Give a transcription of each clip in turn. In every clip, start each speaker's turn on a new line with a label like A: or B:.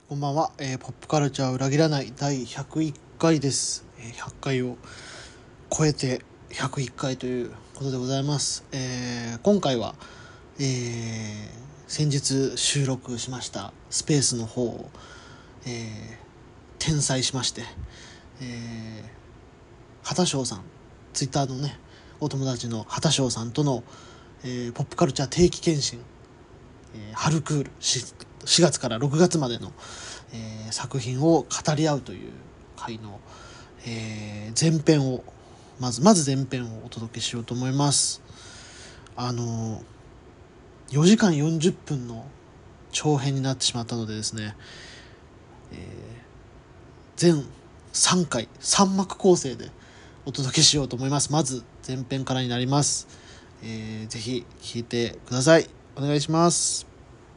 A: こんばんは、ポップカルチャーを裏切らない第101回です。100回を超えて101回ということでございます。今回は、先日収録しましたスペースの方を、転載しまして、畑翔さん、ツイッターのね、お友達の畑翔さんとの、ポップカルチャー定期検診、春クール 4月から6月までの、作品を語り合うという回の、前編をまず前編をお届けしようと思います。4時間40分の長編になってしまったのでですね、全3回3幕構成でお届けしようと思います。まず前編からになります。ぜひ聞いてください。お願いします。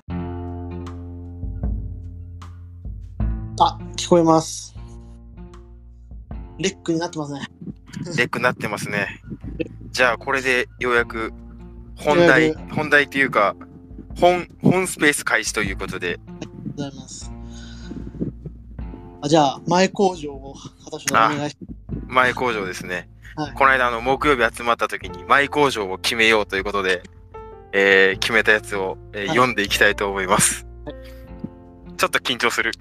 A: 聞こえます。レックになってますね。
B: レックになってますね。じゃあこれでようやく本題というか本スペース開始ということで。
A: ありがとうございます。じゃあ前工場を私のお願いします。
B: 前工場ですね。
A: はい、こ
B: の間木曜日集まった時に前工場を決めようということで、決めたやつを、読んでいきたいと思います。はい、ちょっと緊張する。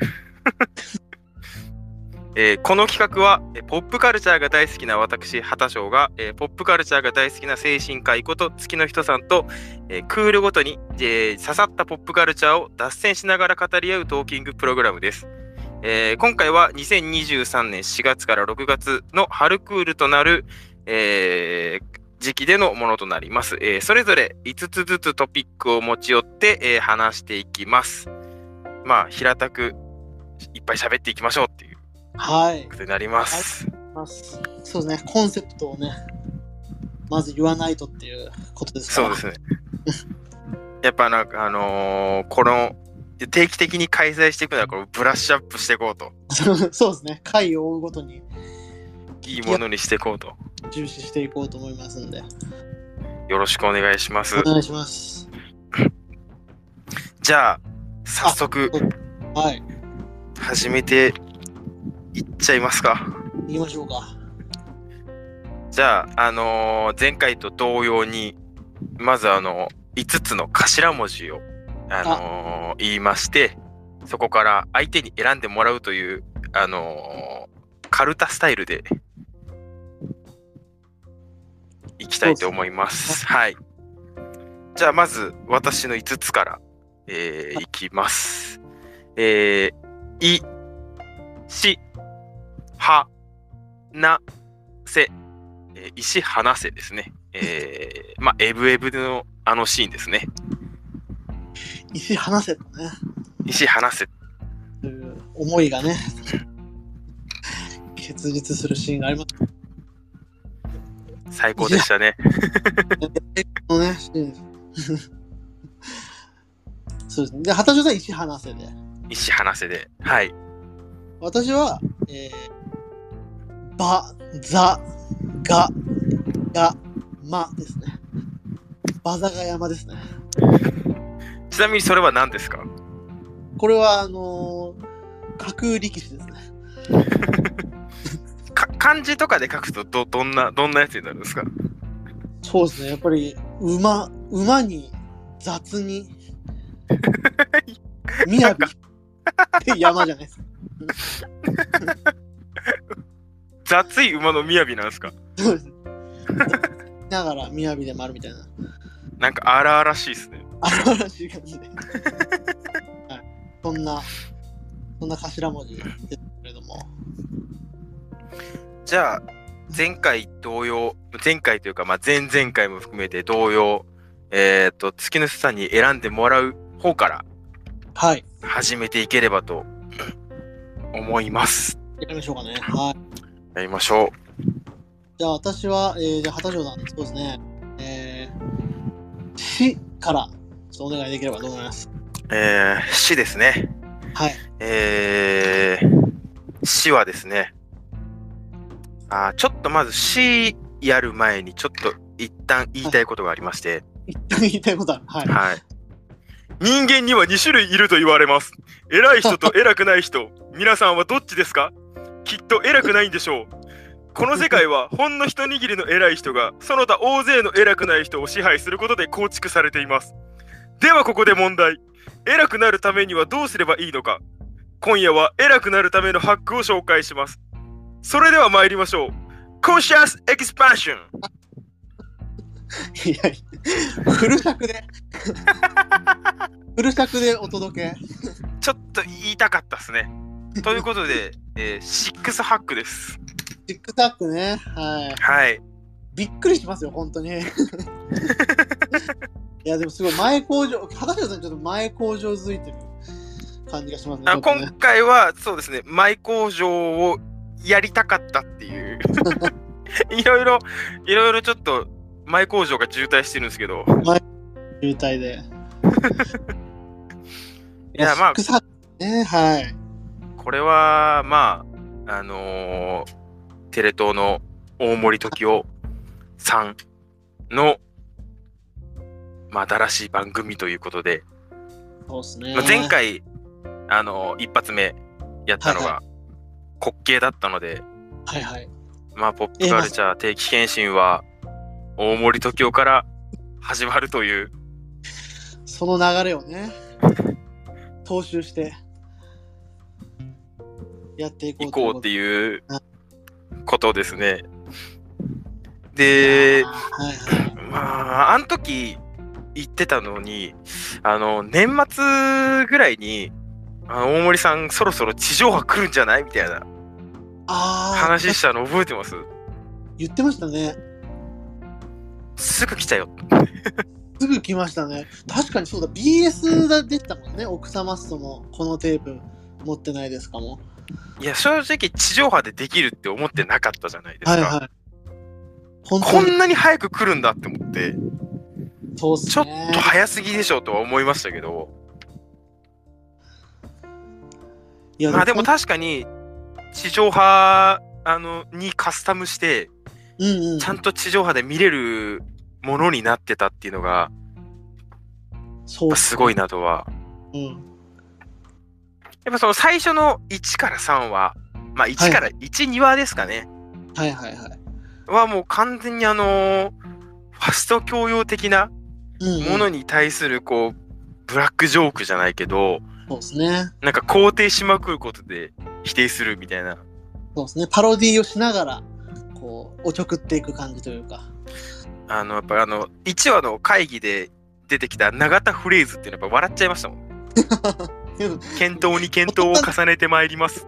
B: この企画はポップカルチャーが大好きな私畑翔がポップカルチャーが大好きな精神科医こと月の人さんとクールごとに刺さったポップカルチャーを脱線しながら語り合うトーキングプログラムです。今回は2023年4月から6月の春クールとなる、時期でのものとなります。それぞれ5つずつトピックを持ち寄って、話していきます。まあ平たくいっぱい喋っていきましょうっていうことになります。
A: はい、そうですね。コンセプトをねまず言わないとっていうことですから。
B: そうですね。やっぱこの定期的に開催していくのはこれブラッシュアップしていこうと。
A: そうですね。回を追うごとに
B: いいものにしていこうと。
A: 重視していこうと思いますので。
B: よろしくお願いします。
A: お願いします。
B: じゃあ早速始めていっちゃいますか。
A: 行きましょうか。
B: じゃあ前回と同様にまず5つの頭文字を言いまして、そこから相手に選んでもらうというカルタスタイルでいきたいと思います。はい。じゃあまず私の5つからいきます。い、し、は、な、せ、石離せですね。まあエブエブのシーンですね。
A: 石離せとね。
B: 石離せ。
A: 思いがね結実するシーンがあります。
B: 最高でしたね。
A: のねシーンそうですね。で、畑翔さん石離せで。
B: 石離せで。はい。
A: 私は、ば、ざ、が、まですね。バザが山ですね。
B: ちなみにそれは何ですか？
A: これは架空力士ですね。
B: 漢字とかで書くとどんなやつになるんですか？
A: そうですね。やっぱり馬に雑にみやびって山じゃないですか。
B: 雑い馬のみやびなんですか？
A: そうです。だからみやびでもあるみたいな。
B: なんか荒々しいですね。
A: 荒々しい感じで。はい、そんな頭文字ですけれども。
B: じゃあ前回というか、まあ、前々回も含めて同様、月の人さんに選んでもらう方から始めていければと思います。
A: やりましょうかね。はい。
B: やりましょう。
A: じゃあ私は、じゃあ畑翔さん、そうですね。しからちょっとお願いできればと思います。
B: しですね。
A: はい。
B: しはですね。ちょっとまずしやる前にちょっと一旦言いたいことがありまして。
A: 一旦言いたいことある。はい。
B: はい。 人間には2種類いると言われます。偉い人と偉くない人。皆さんはどっちですか？きっと偉くないんでしょう。この世界はほんの一握りの偉い人がその他大勢の偉くない人を支配することで構築されています。ではここで問題。偉くなるためにはどうすればいいのか。今夜は偉くなるためのハックを紹介します。それでは参りましょう。コンシャスエキスパンション。
A: いやいや、フル尺でフル尺でお届け。
B: ちょっと言いたかったですね。ということで、シックスハックです。
A: シックスハックね。はい。
B: はい。
A: びっくりしますよ、本当に。いや、でもすごい前工場、畑中さんちょっと前工場づいてる感じがしますね。
B: 今回はそうですね、前工場をやりたかったっていう。いろいろちょっと前工場が渋滞してるんですけど。
A: 渋滞で。
B: いや、まあ、
A: ね、はい。
B: これは、まあ、テレ東の大森時生さんの、まあ、新しい番組ということで、
A: そうですね。
B: まあ、前回、一発目やったのが滑稽だったので、
A: はいはい。
B: まあ、ポップカルチャー定期検診は、大森時生から始まるという。
A: その流れをね、踏襲してやっていこう
B: っていうことですね。で、まあ、あの時言ってたのに、年末ぐらいに、大森さんそろそろ地上波来るんじゃないみたいな話したの覚えてます？
A: 言ってましたね。
B: すぐ来たよ。
A: すぐ来ましたね。確かにそうだ、BS が出たもんね。奥様ストもこのテープ持ってないですかも。
B: いや、正直地上波でできるって思ってなかったじゃないですか。
A: はいはい。
B: こんなに早く来るんだって思って、
A: そうっすね、
B: ちょっと早すぎでしょとは思いましたけど。いや、まあでも確かに地上波にカスタムして、ちゃんと地上波で見れるものになってたっていうのが、すごいなとは。やっぱその最初の1から3話、まあ1から1、2話ですかね。
A: はいはいはい。
B: はもう完全にファスト教養的なものに対するこう、ブラックジョークじゃないけど、
A: そうですね。
B: なんか肯定しまくることで否定するみたいな。
A: そうですね。パロディーをしながら、こう、おちょくっていく感じというか。
B: やっぱ1話の会議で出てきた永田フレーズっていうのはやっぱ笑っちゃいましたもん。検討に検討を重ねてまいります。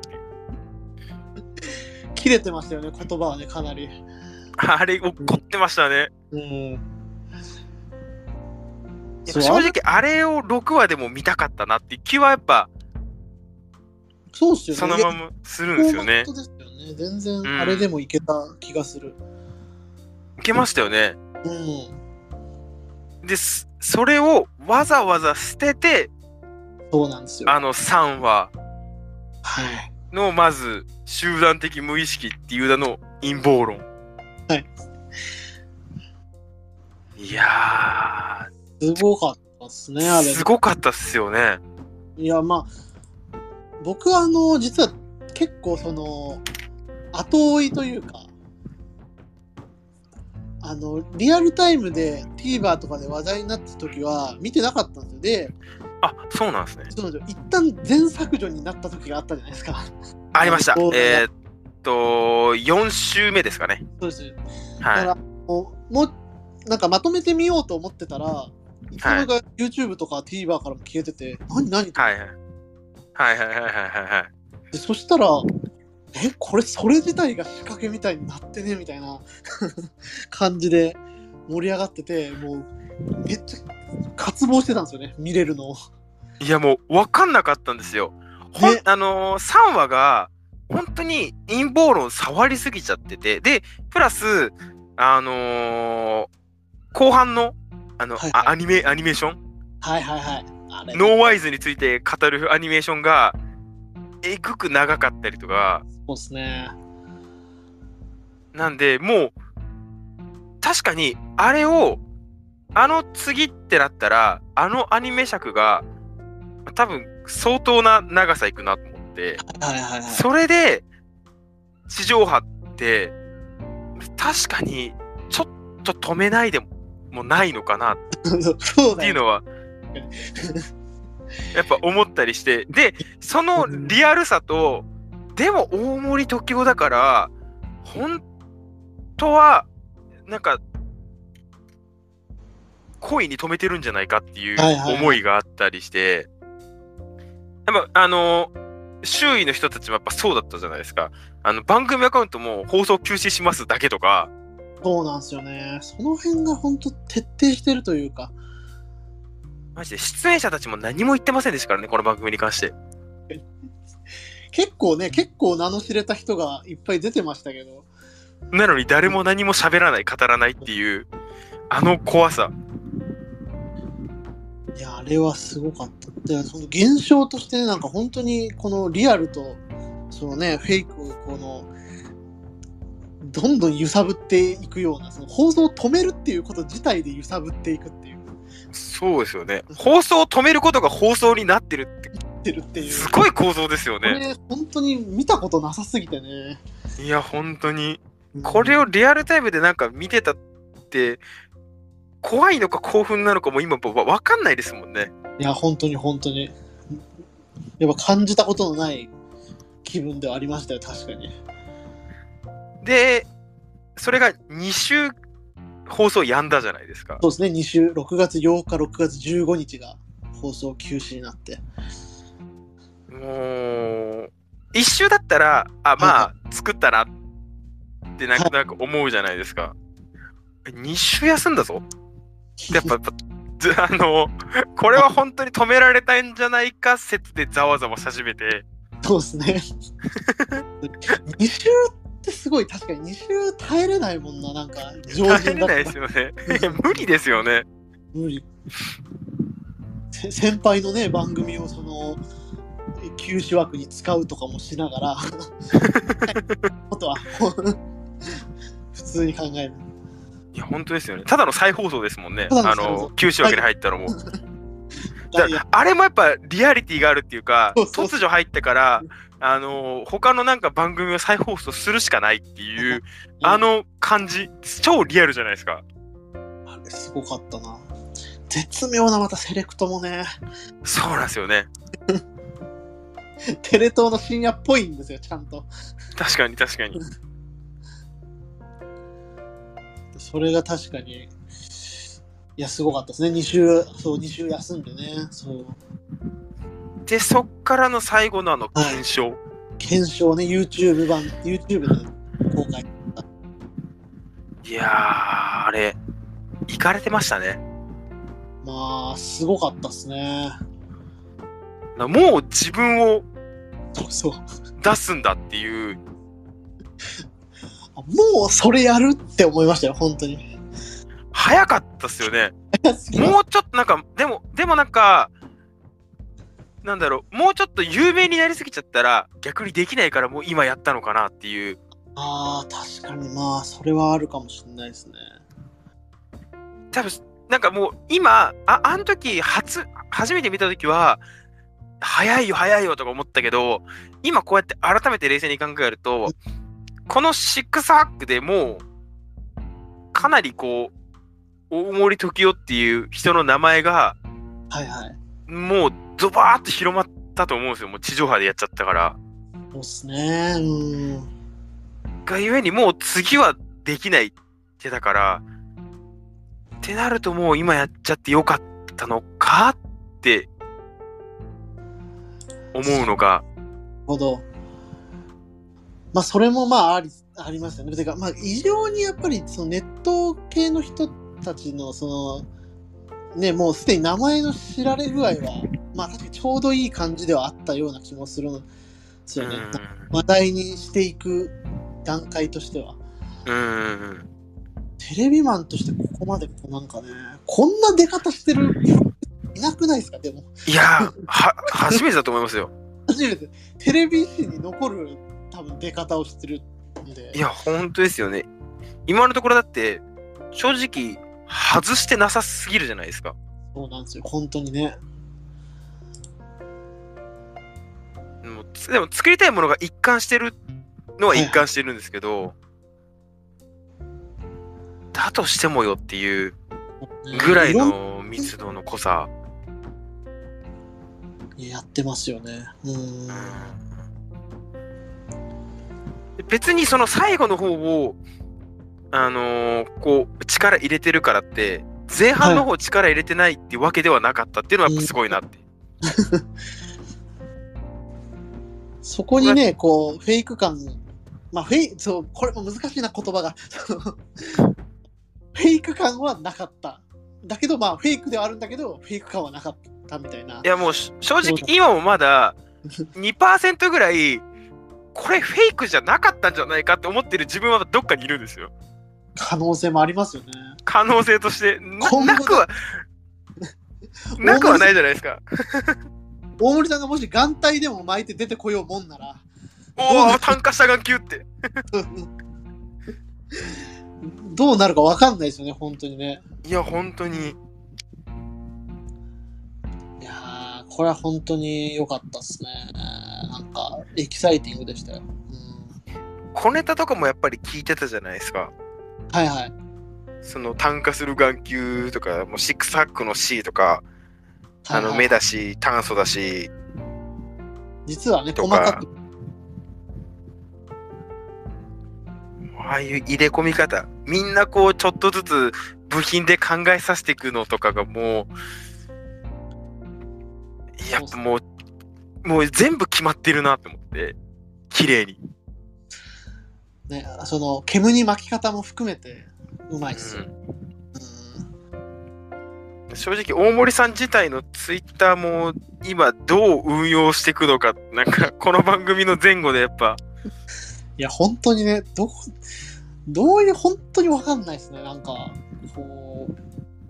A: 切れてましたよね、言葉はね、かなり。
B: あれ、怒ってましたね。正直、あれを6話でも見たかったなっていう気はやっぱ、
A: そうっすよね。
B: そのままするんですよね。
A: 本当ですよね。全然、あれでもいけた気がする。
B: いけましたよね。で、それをわざわざ捨てて、
A: そうなんですよ。
B: 3話の、まず、集団的無意識っていう名の陰謀論。
A: はい。
B: いや
A: ー。すごかったっすね、あれ。
B: すごかったっすよね。
A: いや、まあ、僕は実は結構後追いというか、リアルタイムで TVer とかで話題になった時は見てなかったんですよ。で、
B: あ、そうなんですね。
A: そうなんですよ。一旦全削除になった時があったじゃないですか。
B: ありました。4週目ですかね。
A: そうですね。
B: はい。
A: だからもうなんかまとめてみようと思ってたら、いつの間にか YouTube とか TVer からも消えてて、何って。
B: はい。
A: で、そしたら、これそれ自体が仕掛けみたいになってねみたいな感じで盛り上がってて、もうめっちゃ渇望してたんですよね、見れるのを。
B: いや、もう分かんなかったんですよ。3話が本当に陰謀論触りすぎちゃってて、でプラス後半のアニメーション、ノーワイズについて語るアニメーションがえぐく長かったりとか。
A: そうですね。
B: なんでもう確かにあれを次ってなったら、アニメ尺が、多分相当な長さいくなと思って、
A: はいはいはい。
B: それで、地上波って、確かに、ちょっと止めないでもないのかなっていうのは、やっぱ思ったりして、で、そのリアルさと、でも大森時生だから、本当は、なんか、恋に止めてるんじゃないかっていう思いがあったりして、やっぱ周囲の人たちもやっぱそうだったじゃないですか。番組アカウントも放送休止しますだけとか。
A: そうなんですよね。その辺が本当徹底してるというか。
B: マジで出演者たちも何も言ってませんでしたからね、この番組に関して。
A: 結構名の知れた人がいっぱい出てましたけど。
B: なのに誰も何も喋らない、語らないっていう、怖さ。
A: いや、あれはすごかった。で、その現象としてね、なんか本当にこのリアルと、そのね、フェイクをどんどん揺さぶっていくような、その放送を止めるっていうこと自体で揺さぶっていくっていう。
B: そうですよね。放送を止めることが放送になってるっていう。すごい構造ですよね。
A: これ本当に見たことなさすぎてね。
B: いや、本当に。これをリアルタイムでなんか見てたって、怖いのか興奮なのかも今分かんないですもんね。
A: いや、本当に。やっぱ感じたことのない気分ではありましたよ、確かに。
B: で、それが2週放送やんだじゃないですか。
A: そうですね、2週、6月8日、6月15日が放送休止になって。
B: もう、1週だったら、まあ、作ったなってなんか思うじゃないですか。2週休んだぞ。やっぱこれは本当に止められたんじゃないか説でざわざわし始めて。
A: そうですね。2週ってすごい、確かに2週耐えれないもんな、なんか
B: 耐えれないですよね。無理ですよね。
A: 無理。先輩のね、番組をその休止枠に使うとかもしながら、あとは普通に考える。
B: いや、本当ですよね。ただの再放送ですもんね。休止枠に入ったのも。あれもやっぱリアリティがあるっていうか、突如入ってから、他のなんか番組を再放送するしかないっていう、感じ、超リアルじゃないですか。
A: あれすごかったな。絶妙なまたセレクトもね。
B: そうなんですよね。
A: テレ東の深夜っぽいんですよ、ちゃんと。
B: 確かに。
A: それが確かに、いや、すごかったですね。2週休んでね。そう。
B: で、そっからの最後の検証。
A: 検証ね、YouTube で公開。
B: いやー、あれ、イカれてましたね。
A: まあ、すごかったっすね。
B: もう自分を
A: そう
B: 出すんだっていう。
A: もうそれやるって思いましたよ、本当に。
B: 早かったっすよね。もうちょっとなんか、でもなんか、なんだろう、もうちょっと有名になりすぎちゃったら逆にできないからもう今やったのかなっていう。
A: ああ、確かに、まあそれはあるかもしれないですね。
B: 多分なんかもう今あの時初めて見た時は早いよとか思ったけど、今こうやって改めて冷静に考えると、このシックスハックでもうかなりこう大森時生っていう人の名前がもうドバーッと広まったと思うんですよ。もう地上波でやっちゃったから。
A: そうっすね。
B: がゆえにもう次はできないってだからってなると、もう今やっちゃってよかったのかって思うのが。
A: なるほど。まあそれもまあありますよね。てかまあ異常にやっぱりそのネット系の人たちのそのね、もうすでに名前の知られ具合はまあ確かにちょうどいい感じではあったような気もするんですよね。話題にしていく段階としては。テレビマンとしてここまでなんかね、こんな出方してるいなくないですか？でも
B: いや初めてだと思いますよ。
A: 初めてテレビ史に残る多分出方をしてるんで。
B: いや本当ですよね。今のところだって正直外してなさすぎるじゃないですか。
A: そうなんですよ、本当にね。
B: でも作りたいものが一貫してるのは一貫してるんですけど、だとしてもよっていうぐらいの密度の濃さ。
A: やってますよね。
B: 別にその最後の方をこう力入れてるからって前半の方力入れてないっていうわけではなかったっていうのはやっぱすごいなって。
A: そこにね、こうフェイク感、まあそう、これも難しいな言葉が。フェイク感はなかった。だけどまあフェイクではあるんだけどフェイク感はなかったみたいな。
B: いやもう正直今もまだ 2% ぐらいこれフェイクじゃなかったんじゃないかって思ってる自分はどっかにいるんですよ。
A: 可能性もありますよね。
B: 可能性としてなくはないじゃないですか。
A: 大森さんがもし眼帯でも巻いて出てこようもんなら、
B: おお炭化した眼球って
A: どうなるか分かんないですよね、本当にね。
B: いや本当に。
A: いやー、これは本当に良かったっすね。なんかエキサイティングでしたよ。
B: 小ネタとかもやっぱり聞いてたじゃないですか。
A: はいはい。
B: その炭化する眼球とかもうシックスハックの C とか、
A: はいはい、
B: 目だし炭素だし
A: 実はね細かく
B: ああいう入れ込み方、みんなこうちょっとずつ部品で考えさせていくのとかがもうやっぱもう全部決まってるなって思って綺麗に
A: ね、その煙に巻き方も含めてうまいっすよ。
B: 正直大森さん自体のツイッターも今どう運用していくのか、なんかこの番組の前後でやっぱ
A: いや本当にね、どういう本当に分かんないですね。なんかこう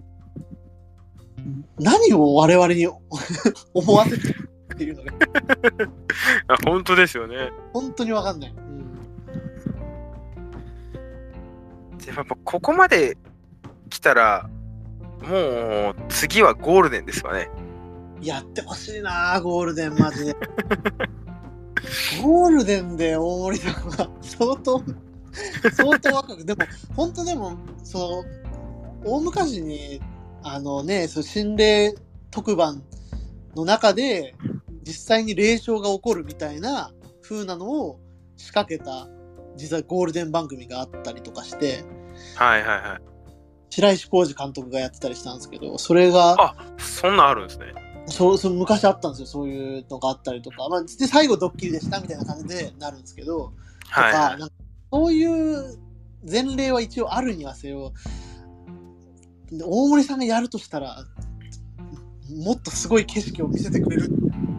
A: 何を我々に思わせてるっていうのが
B: 本当ですよね。
A: 本当に分かんない。
B: やっぱここまで来たらもう次はゴールデンですかね。
A: やってほしいなゴールデンマジで。ゴールデンで大森さんは相当若く、でも本当でもその大昔にその心霊特番の中で実際に霊障が起こるみたいな風なのを仕掛けた実はゴールデン番組があったりとかして、
B: はいはいはい。
A: 白石浩二監督がやってたりしたんですけど、それが
B: そんなあるんですね。
A: そう昔あったんですよ、そういうのがあったりとか、まあ、で最後ドッキリでしたみたいな感じでなるんですけど、
B: はいはい、
A: とかなんかそういう前例は一応あるにはせよ、大森さんがやるとしたらもっとすごい景色を見せてくれる。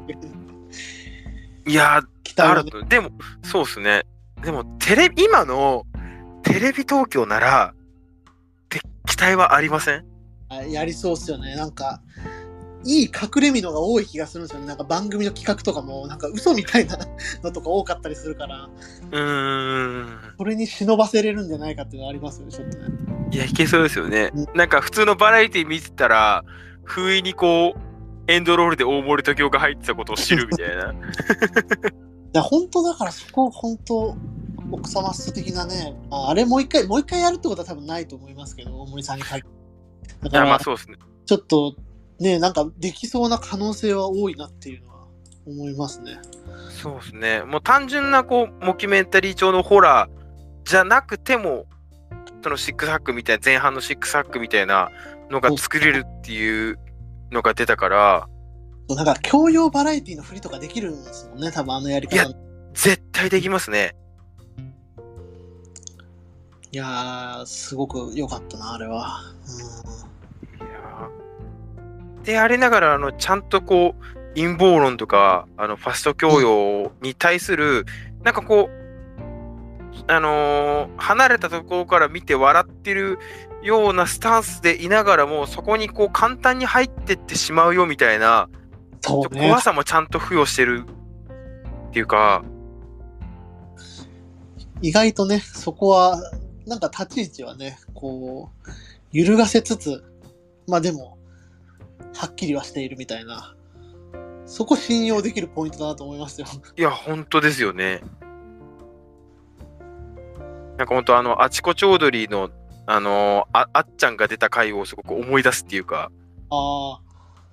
B: いやあると。でもそうですね。でも今のテレビ東京ならって期待はありません？
A: やりそうっすよね。なんかいい隠れみのが多い気がするんですよね。なんか番組の企画とかもなんか嘘みたいなのとか多かったりするから、それに忍ばせれるんじゃないかっていうのはありますよね、ちょっとね。
B: いやいけそうですよね。なんか普通のバラエティ見てたら不意にこうエンドロールで大森時生が入ってたことを知るみたいな。い
A: や本当だからそこ本当奥様スト的なね、あれもう一回やるってことは多分ないと思いますけど、大森さんに限って。だから
B: まあそうですね。
A: ちょっとね、なんかできそうな可能性は多いなっていうのは思いますね。
B: そうですね。もう単純なこうモキュメンタリー調のホラーじゃなくても、そのシックスハックみたいな前半のシックスハックみたいなのが作れるっていうのが出たから、
A: なんか教養バラエティの振りとかできるんですもんね、多分あのやり方。
B: いや絶対できますね。
A: いやーすごく良かったなあれは。
B: でありながらちゃんとこう陰謀論とかファスト教養に対する、なんかこう離れたところから見て笑ってるようなスタンスでいながらも、そこにこう簡単に入ってってしまうよみたいな、
A: そうね、
B: 怖さもちゃんと付与してるっていうか、
A: 意外とねそこはなんか立ち位置はねこう揺るがせつつ、まあでも、はっきりはしているみたいな、そこ信用できるポイントだなと思いますよ。
B: いや、本当ですよね。なんか本当あちこちオードリーの、あっちゃんが出た回をすごく思い出すっていうか、
A: あ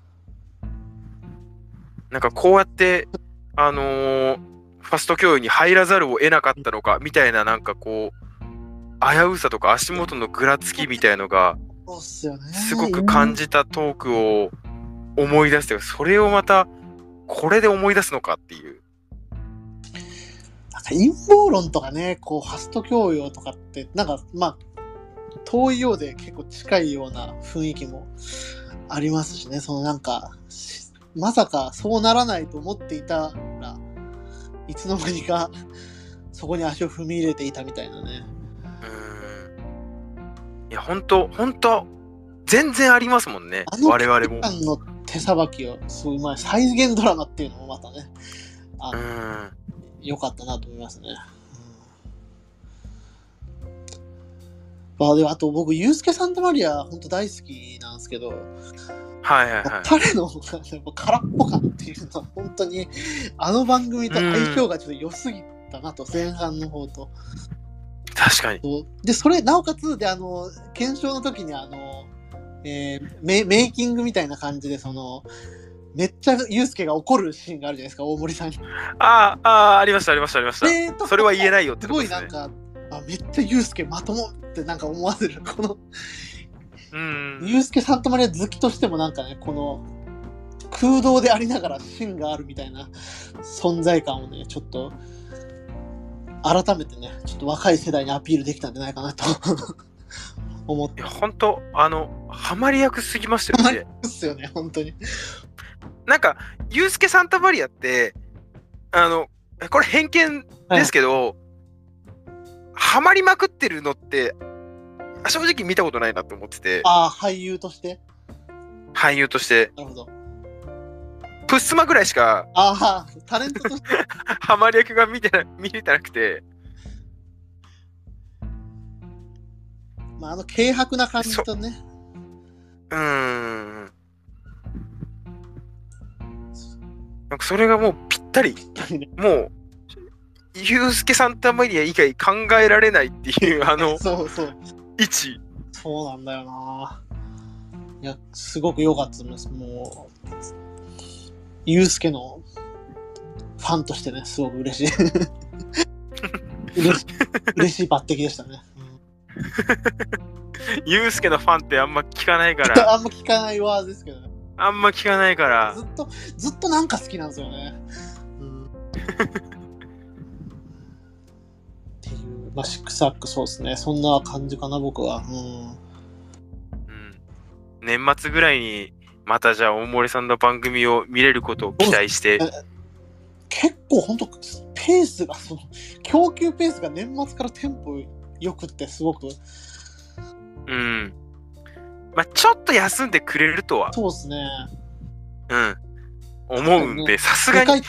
B: なんかこうやって、ファスト教養に入らざるを得なかったのか、みたいななんかこう、危うさとか足元のぐらつきみたいのが、
A: そうっすよね。
B: すごく感じたトークを思い出して、それをまた、これで思い出すのかっていう。
A: なんか陰謀論とかね、こう、ファスト教養とかって、なんか、まあ、遠いようで結構近いような雰囲気もありますしね、そのなんか、まさかそうならないと思っていたら、いつの間にかそこに足を踏み入れていたみたいなね。
B: いや、本当全然ありますもんね、我々も。
A: の手さばきをすごいうまい再現ドラマっていうのもまたね、良かったなと思いますね。まあでもあと僕ユースケ・サンタマリア本当大好きなんですけど、
B: はいはいはい。
A: 彼の空っぽ感っていうのは本当にあの番組と相性がちょっと良すぎたなと、前半の方と。
B: 確かに。
A: でそれなおかつで検証の時にメイキングみたいな感じでめっちゃユースケが怒るシーンがあるじゃないですか、大森さんに。
B: ありましたそれは言えないよってことですね。
A: すごいなんかめっちゃユースケまともってなんか思わせるこのユースケ・サンタマリア好きとしてもなんかね、この空洞でありながら芯があるみたいな存在感をね、ちょっと改めてね、ちょっと若い世代にアピールできたんじゃないかなと思って。
B: 本当ハマり役すぎましたよね。ハマり役
A: っすよね、本当に。
B: なんかユースケ・サンタマリアってこれ偏見ですけど、ハマりまくってるのって正直見たことないなと思ってて。
A: 俳優として
B: なるほど。プッスマぐらいしか
A: タレントとして
B: ハマり役が見れてなくて、
A: まあ軽薄な感じとね、
B: なんかそれがもうぴったりもうユースケ・サンタマリア以外考えられないっていう
A: そう
B: 位置。
A: そうなんだよな。いや、すごく良かったです。もうユースケのファンとしてね、すごく嬉しい嬉しい抜擢でしたね。
B: ユースケのファンってあんま聞かないから
A: あんま聞かないワードですけどね。
B: あんま聞かないから
A: ずっとなんか好きなんですよね。っていう、シックスアック、そうですね。そんな感じかな、僕は。
B: 年末ぐらいにまたじゃあ大森さんの番組を見れることを期待して。
A: 結構本当ペースが供給ペースが年末からテンポよくってすごく。
B: ちょっと休んでくれるとは。
A: そうですね。
B: 思うんで、さすがに。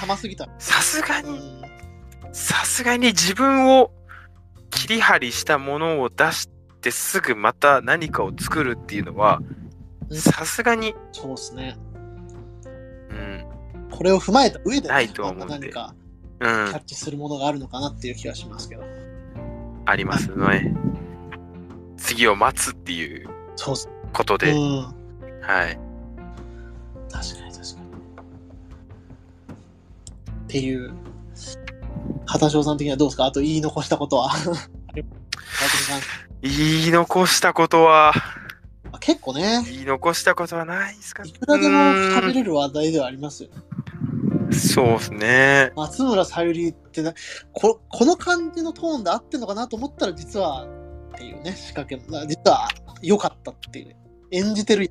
B: さすがに自分を切り張りしたものを出してすぐまた何かを作るっていうのは、さすがに。
A: そうですね。これを踏まえた上で、
B: ないとは思うんで、
A: 何かキャッチするものがあるのかなっていう気はしますけど。
B: ありますね。次を待つっていうことで。はい。
A: 確かに。っていう、畑翔さん的にはどうですか？あと言い残したことは
B: 言い残したことは
A: 結構ね。
B: 言い残したことはないですか？
A: いくらでも喋れる話題ではありますよ。
B: そうですね。
A: 松村沙友理ってこの感じのトーンで合ってんのかなと思ったら実はっていうね、仕掛けも実は良かったっていう、演じてる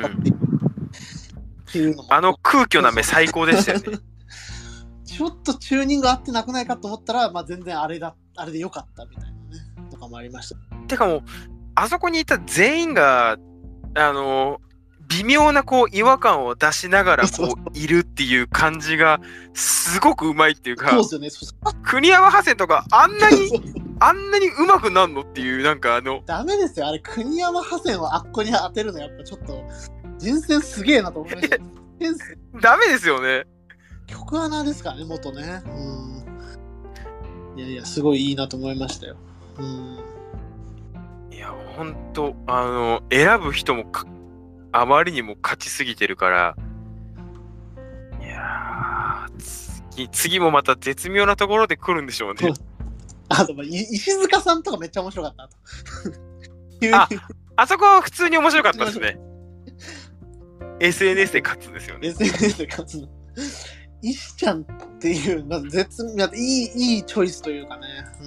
A: っていうのも、
B: 空虚な目最高でしたよね。
A: ちょっとチューニング合ってなくないかと思ったら、全然あれで良かったみたいなねとかもありました。
B: てかもうあそこにいた全員が微妙な違和感を出しながらいるっていう感じがすごくうまいっていうか。
A: そうですよね。
B: 国山ハセンとかあんなにあんなに上手くなんのっていう、なんか
A: ダメですよ。あれ、国山ハセンをあっこに当てるの、やっぱちょっと、人選すげえなと思いました。センス、
B: ダメですよね。
A: 曲穴ですからね、元ね。いやいや、すごいいいなと思いましたよ。
B: いや、ほんと、選ぶ人もあまりにも勝ちすぎてるから、いやー、次もまた絶妙なところで来るんでしょうね。
A: あと、石塚さんとかめっちゃ面白かった。
B: あそこは普通に面白かったですね。SNS で勝つんですよね。
A: SNS で勝つの。石ちゃんっていう、まずいいチョイスというかね。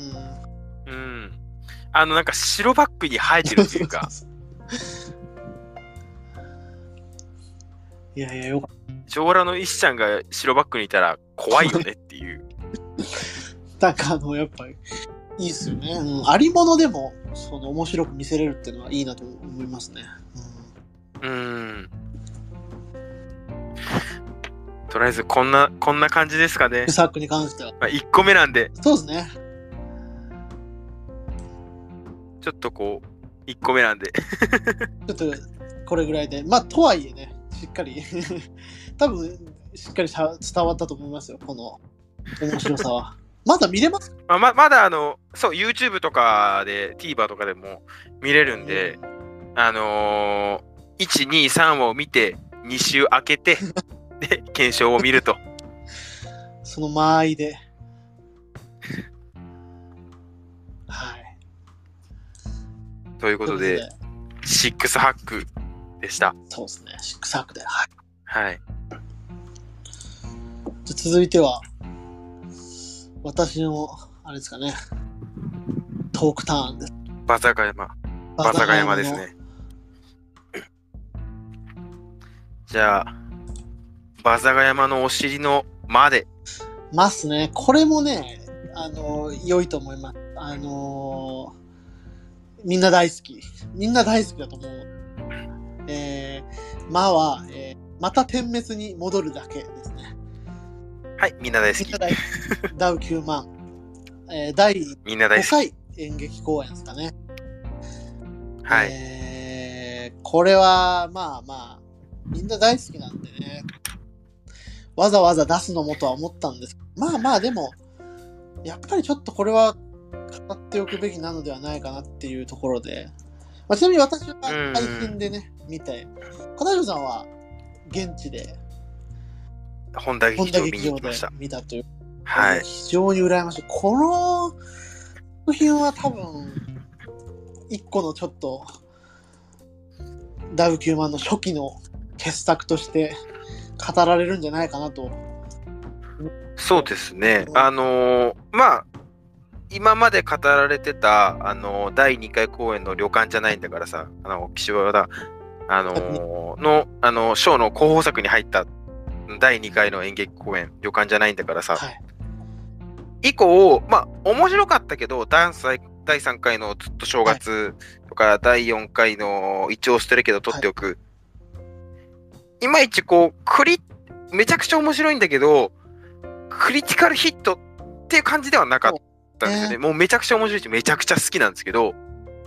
B: なんか白バックに生えてるっていうか。
A: いやいや、よかった。
B: 上裸の石ちゃんが白バックにいたら怖いよねっていう。
A: なんかやっぱりいいっすよね。ありものでもその面白く見せれるっていうのはいいなと思いますね。
B: とりあえずこんな感じですかね。
A: サックに関しては。
B: 1個目なんで。
A: そうですね。
B: ちょっとこう1個目なんで。
A: ちょっとこれぐらいで、まあとはいえね、しっかり多分しっかり伝わったと思いますよ、この面白さは。まだ見れますか？
B: まだそう YouTube とかで TVer とかでも見れるんで、1、2、3を見て2週開けてで検証を見ると。
A: その間合いで。はい。
B: ということで、6ハックでした。
A: そうですね、6ハックで。はい。
B: はい。
A: じゃ続いては、私の、あれですかね、トークターンです。
B: バザガ山ですね。じゃあ、バザガ山のお尻の間で。
A: ますね。これもね、良いと思います。みんな大好き。みんな大好きだと思う。間は、また点滅に戻るだけですね。
B: はい、みんな大好き。
A: ダウ9万。第5回演劇公演ですかね。
B: はい。
A: これは、まあ、みんな大好きなんでね。わざわざ出すのもとは思ったんですけど、まあでも、やっぱりちょっとこれは語っておくべきなのではないかなっていうところで、ちなみに私は配信でね、見て、片条さんは現地で、
B: 本田劇場見に行きました。
A: 見たという。
B: はい。
A: 非常に羨ましい。この作品は多分、一個のちょっと、ダウ9万の初期の傑作として語られるんじゃないかなと。
B: そうですね。今まで語られてた、第2回公演の旅館じゃないんだからさ、岸和田、の、ショーの候補作に入った第2回の演劇公演、旅館じゃないんだからさ、はい、以降、面白かったけど、第3回のずっと正月とか、第4回の一応捨てるけど取っておく。いまいちこう、めちゃくちゃ面白いんだけど、クリティカルヒットっていう感じではなかったんですよね。もうめちゃくちゃ面白いし、めちゃくちゃ好きなんですけど、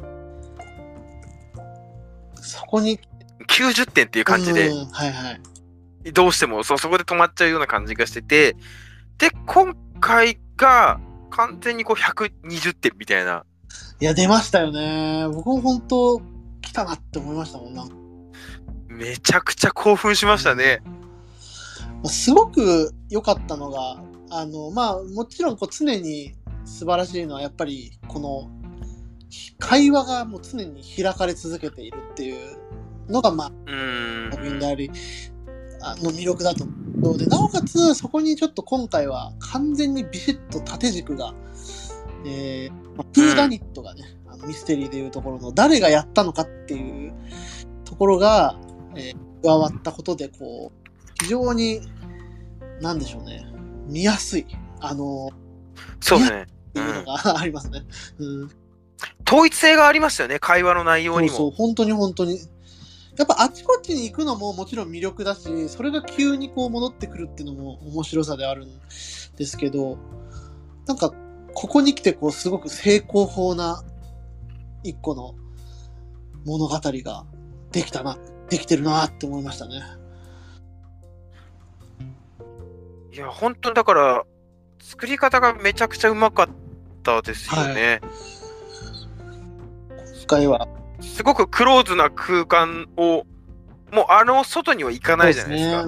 A: そこに
B: 90点っていう感じで、どうしてもそこで止まっちゃうような感じがしてて、で、今回が完全にこう120点みたいな。
A: いや、出ましたよね。僕も本当来たなって思いましたもんな。
B: めちゃくちゃ興奮しましたね。
A: すごく良かったのが、もちろんこう常に素晴らしいのはやっぱりこの会話がもう常に開かれ続けているっていうのが作品でありの魅力だと思うので、なおかつそこにちょっと今回は完全にビシッと縦軸が、フーダニットがね、ミステリーでいうところの誰がやったのかっていうところが、加わったことでこう非常になんでしょうね、見やすい
B: そうですね
A: っていうのがありますね。
B: 統一性がありましたよね、会話の内容にも。
A: そう本当にやっぱあちこちに行くのももちろん魅力だし、それが急にこう戻ってくるっていうのも面白さであるんですけど、なんかここに来てこうすごく成功法な一個の物語ができてるなって思いましたね。
B: いや、本当にだから、作り方がめちゃくちゃうまかったですよね。
A: 今回は。
B: すごくクローズな空間を、もう外には行かないじゃないですか。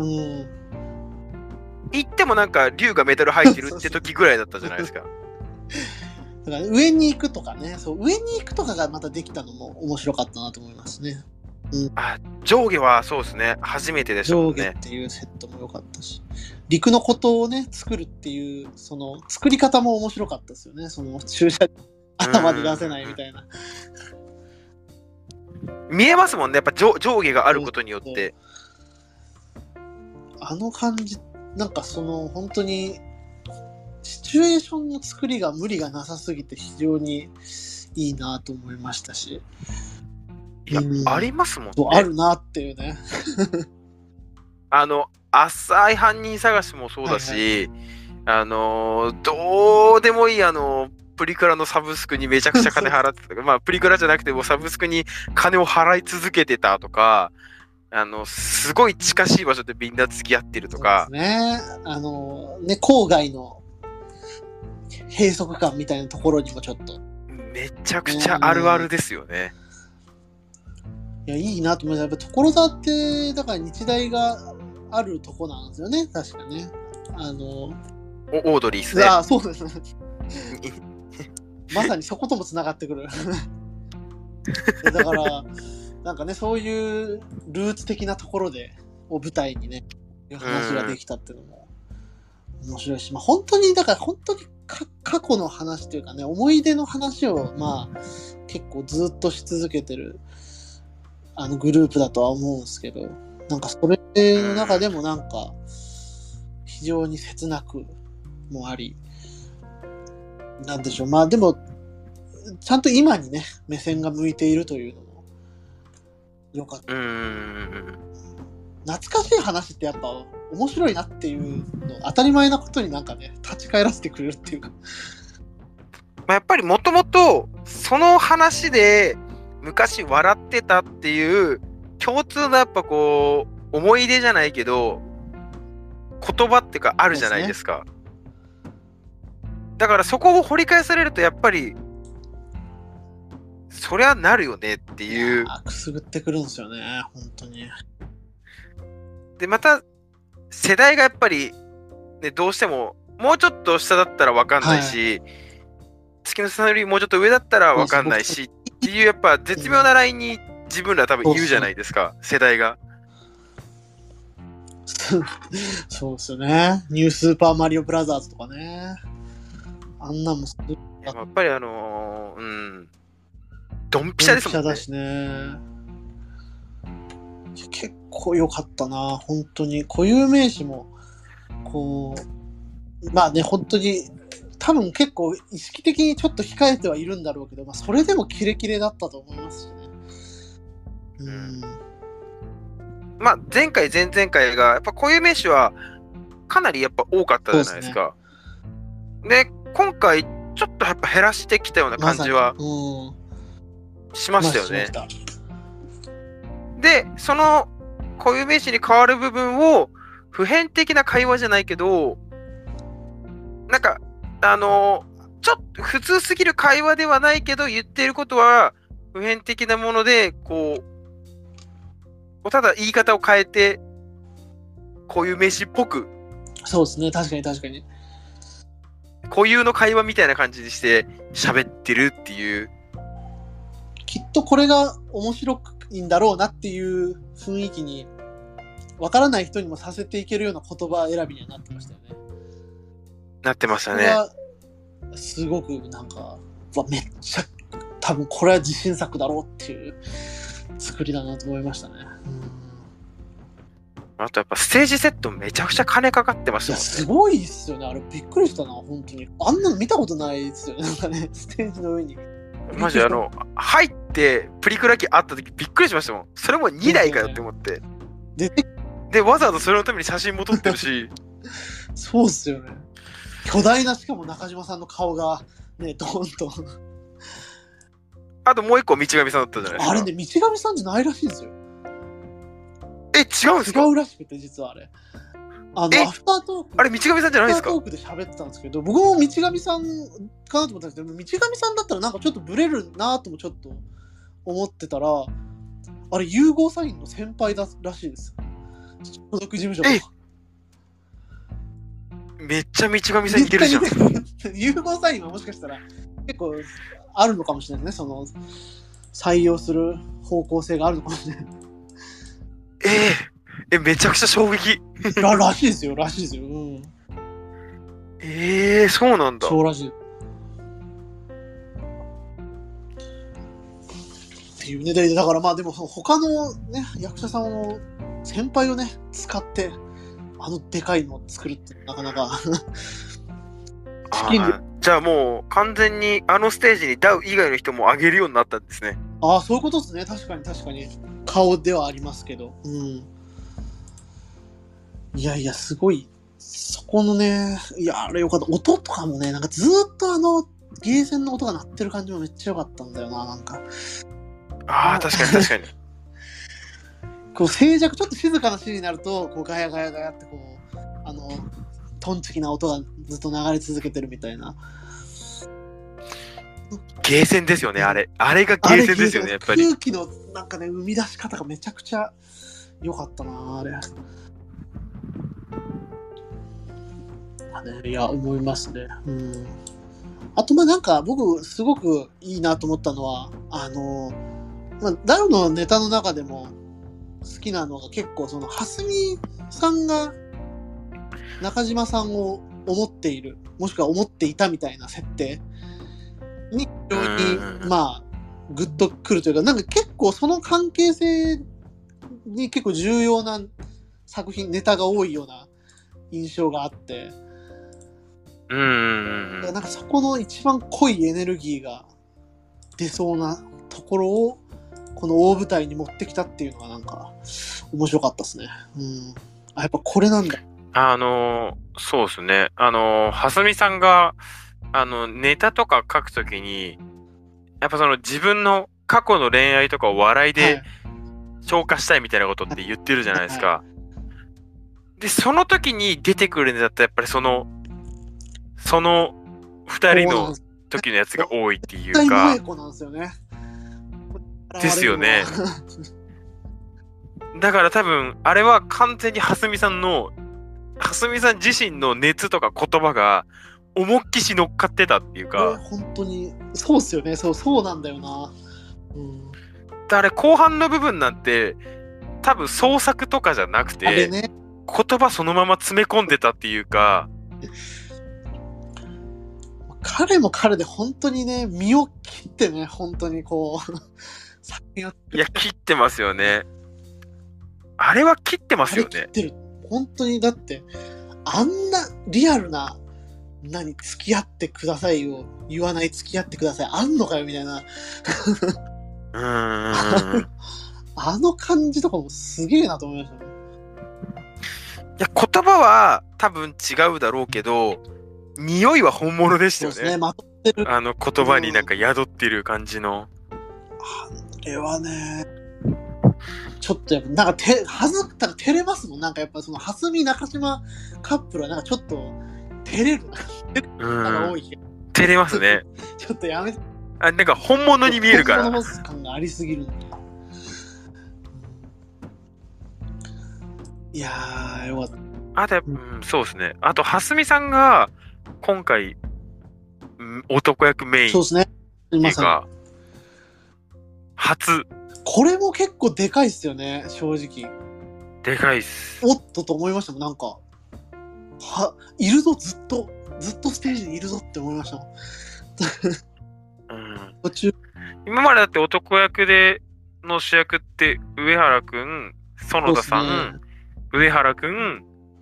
B: 行ってもなんか竜がメダル入ってるって時ぐらいだったじゃないですか。
A: だから上に行くとかね、そう上に行くとかがまたできたのも面白かったなと思いますね。
B: 上下はそうですね、初めてでしたもんね。
A: 上下っていうセットも良かったし、陸のことをね作るっていうその作り方も面白かったですよね。その注射頭で出せないみたいな。
B: 見えますもんね、やっぱ上下があることによって。
A: あの感じ、なんかその本当にシチュエーションの作りが無理がなさすぎて非常にいいなと思いましたし。
B: いや、ありますもんね。
A: あるなっていうね。
B: 浅い犯人探しもそうだし、どうでもいいプリクラのサブスクにめちゃくちゃ金払ってたとか、まあプリクラじゃなくてもサブスクに金を払い続けてたとか、すごい近しい場所でみんな付き合ってるとか。
A: そうですね。郊外の閉塞感みたいなところにもちょっと。
B: めちゃくちゃあるあるですよね。
A: いや、いいなと思います。やっぱ所沢って、だから日大があるとこなんですよね、確かね。
B: オードリーですね。
A: そうですね。まさにそこともつながってくる。だから、なんかね、そういうルーツ的なところで、を舞台にね、いう話ができたっていうのも面白いし、まあ本当に、だから本当に過去の話というかね、思い出の話を、まあ、結構ずっとし続けてる、グループだとは思うんですけど、なんかそれの中でもなんか、非常に切なくもあり、なんでしょう、まあでも、ちゃんと今にね、目線が向いているというのも、よかった。懐かしい話ってやっぱ面白いなっていうの、当たり前なことになんかね、立ち返らせてくれるっていうか。
B: やっぱりもともと、その話で、昔笑ってたっていう共通のやっぱこう思い出じゃないけど言葉っていうかあるじゃないですか。だからそこを掘り返されるとやっぱりそりゃなるよねっていう。
A: くすぐってくるんですよね、本当に。
B: でまた世代がやっぱり、ね、どうしてももうちょっと下だったら分かんないし、月のさんよりもうちょっと上だったら分かんないしっていうやっぱ絶妙なラインに自分ら多分いるじゃないですか、世代が。
A: そうですよね。ニュースーパーマリオブラザーズとかね。あんなも
B: やっぱりドンピシャですもんね。
A: ドンピシャだしね。結構良かったな、本当に。固有名詞も、こう、まあね、本当に、多分結構意識的にちょっと控えてはいるんだろうけど、まあそれでもキレキレだったと思いますしね。
B: まあ前回前々回がやっぱ固有名詞はかなりやっぱ多かったじゃないですか。で今回ちょっとやっぱ減らしてきたような感じはしましたよね。でその固有名詞に変わる部分を普遍的な会話じゃないけど、なんかちょっと普通すぎる会話ではないけど言っていることは普遍的なものでこうただ言い方を変えて固有名詞っぽく、
A: そうですね、確かに確かに
B: 固有の会話みたいな感じにして喋ってるっていう、
A: きっとこれが面白いんだろうなっていう雰囲気に分からない人にもさせていけるような言葉選びにはなってましたよね。
B: なってましたね。
A: すごくなんかめっちゃ多分これは自信作だろうっていう作りだなと思いましたね。
B: あとやっぱステージセットめちゃくちゃ金かかってましたもんね。
A: いやすごいっすよね、あれびっくりしたな、本当に。あんなの見たことないですよね、なんかね、ステージの上に。
B: マジ入ってプリクラ機あった時びっくりしましたもん。それも2台かよって思って。でわざわざそれのために写真も撮ってるし。
A: そうっすよね。 巨大な、しかも中島さんの顔がね、ドーンと。
B: あともう一個道上さんだったじゃないですか。
A: あれね、道上さんじゃないらしいんですよ。
B: 違うんですか？
A: 違うらしくて、実はあれ。アフタートーク。
B: あれ、道上さんじゃないですか？
A: アフタートークで喋ってたんですけど、僕も道上さんかなと思ったんですけど、道上さんだったらなんかちょっとブレるなともちょっと思ってたら、あれ、融合サインの先輩だらしいです。所属事務所の。
B: めっちゃ道上さん似てるじゃん。
A: 融合サインはもしかしたら結構あるのかもしれないね。その採用する方向性があるのかもしれない。
B: めちゃくちゃ衝撃。
A: らしいですよ、らしいですよ。うん。
B: そうなんだ。
A: そうらしい。っていうね。だからまあでも他のね、役者さんの先輩をね、使ってでかいのを作るってなかなか
B: じゃあもう完全にあのステージにダウ以外の人も上げるようになったんですね。
A: ああ、そういうことですね。確かに顔ではありますけど。うん。いやいや、すごい。そこのね、いや、あれよかった。音とかもね、なんかずーっとゲーセンの音が鳴ってる感じもめっちゃ良かったんだよな、なんか。
B: 確かに。
A: こう静寂、ちょっと静かなシーンになると、こうガヤガヤガヤってこう、トンチキな音がずっと流れ続けてるみたいな。
B: ゲーセンですよね、あれ。あれがゲーセンですよね、やっぱり。
A: 空気のなんかね、生み出し方がめちゃくちゃ良かったな、あれ。いや、思いますね。うん。あと、まあなんか僕すごくいいなと思ったのは、ダウのネタの中でも好きなのが結構その蓮見さんが中島さんを思っている、もしくは思っていたみたいな設定に非常にまあグッとくるというか、なんか結構その関係性に結構重要な作品ネタが多いような印象があって、なんかそこの一番濃いエネルギーが出そうなところをこの大舞台に持ってきたっていうのがなんか面白かったですね。やっぱこれなんだ。
B: そうですね。蓮見さんがネタとか書くときにやっぱその自分の過去の恋愛とかを笑いで消化したいみたいなことって言ってるじゃないですか。でその時に出てくるんだったらやっぱりその2人の時のやつが多いっていうか。ですよね。だから多分あれは完全に蓮見さん自身の熱とか言葉が思いっきし乗っかってたっていうか。
A: 本当にそうっすよね。そうなんだよな。
B: だから後半の部分なんて多分創作とかじゃなくて、言葉そのまま詰め込んでたっていうか。
A: 彼も彼で本当にね、身を切ってね、本当にこう
B: いや切ってますよね。あれは切ってますよね。
A: 切ってる。本当にだってあんなリアルな付き合ってくださいを言わない付き合ってくださいあんのかよみたいなあの感じとかもすげえなと思いましたね。
B: いや言葉は多分違うだろうけど匂いは本物でしたよね。そうですね、まとってる言葉になんか宿ってる感じの。
A: あれはね、ちょっとやっぱなんか照れますもん。なんかやっぱその蓮見中島カップルはなんかちょっと照れるな。
B: 照れますね。
A: ちょっとやめて。
B: なんか本物に見えるから。
A: 本物感がありすぎる。いやー、よかった。
B: あとそうですね。あと蓮見さんが今回男役メイン。
A: そうですね。
B: っていうか初。
A: これも結構でかいっすよね、正直。
B: でかいっす。
A: おっと思いましたもん。なんかいるぞ、ずっとステージにいるぞって思いましたもん。途中
B: 今までだって男役の主役って上原くん、園田さん、上原くん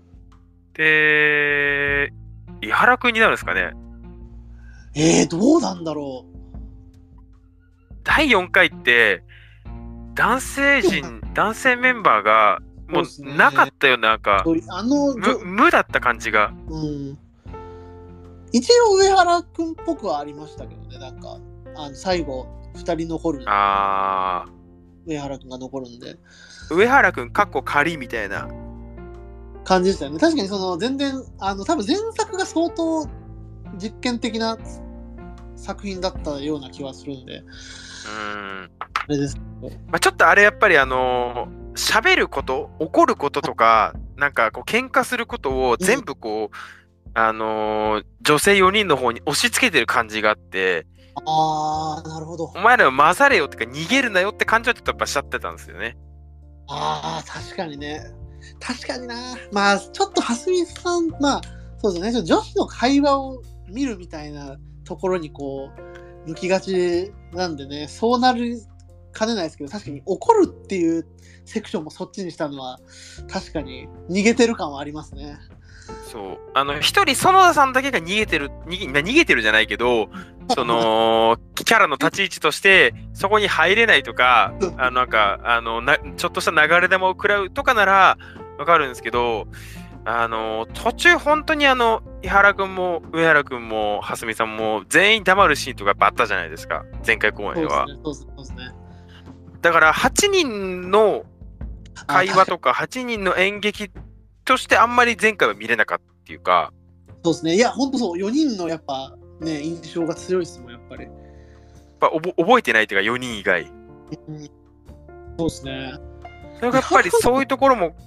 B: で伊原くんになるんですかね。
A: どうなんだろう。
B: 第4回って男性メンバーがもうなかったよ。なんか無だった感じが。
A: 一応上原くんっぽくはありましたけどね、なんか最後2人残る、
B: あ
A: 上原くんが残るんで、
B: 上原くんかっこ仮みたいな
A: 感じでしたよね。確かにその全然多分前作が相当実験的な作品だったような気はするんで、あれですけど、
B: まあ、ちょっとあれやっぱり喋ること怒ることとかなんかこう喧嘩することを全部こう、女性4人の方に押し付けてる感じがあって、
A: なるほど。
B: お前らは混ざれよってか逃げるなよって感じはちょっとやっぱしちゃってたんですよね。
A: 確かにね。確かにな。まあちょっと蓮見さん、まあそうですね、女子の会話を見るみたいなところにこう向きがちなんでね、そうなるかねないですけど、確かに怒るっていうセクションもそっちにしたのは確かに逃げてる感はありますね。
B: そう一人園田さんだけが逃げてるじゃないけど、そのキャラの立ち位置としてそこに入れないとかなんかちょっとした流れ弾を食らうとかならわかるんですけど、途中本当に伊原くんも上原くんも蓮見さんも全員黙るシーンとかやっぱあったじゃないですか、前回公演は。
A: そうですね。
B: だから8人の会話とか8人の演劇としてあんまり前回は見れなかったっていうか。
A: そうですね。いや本当そう、4人のやっぱね印象が強いですもん、やっぱり。
B: 覚えてないっていうか4人以外。
A: そうですね。
B: やっぱりそういうところも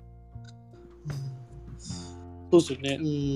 A: そうですよね。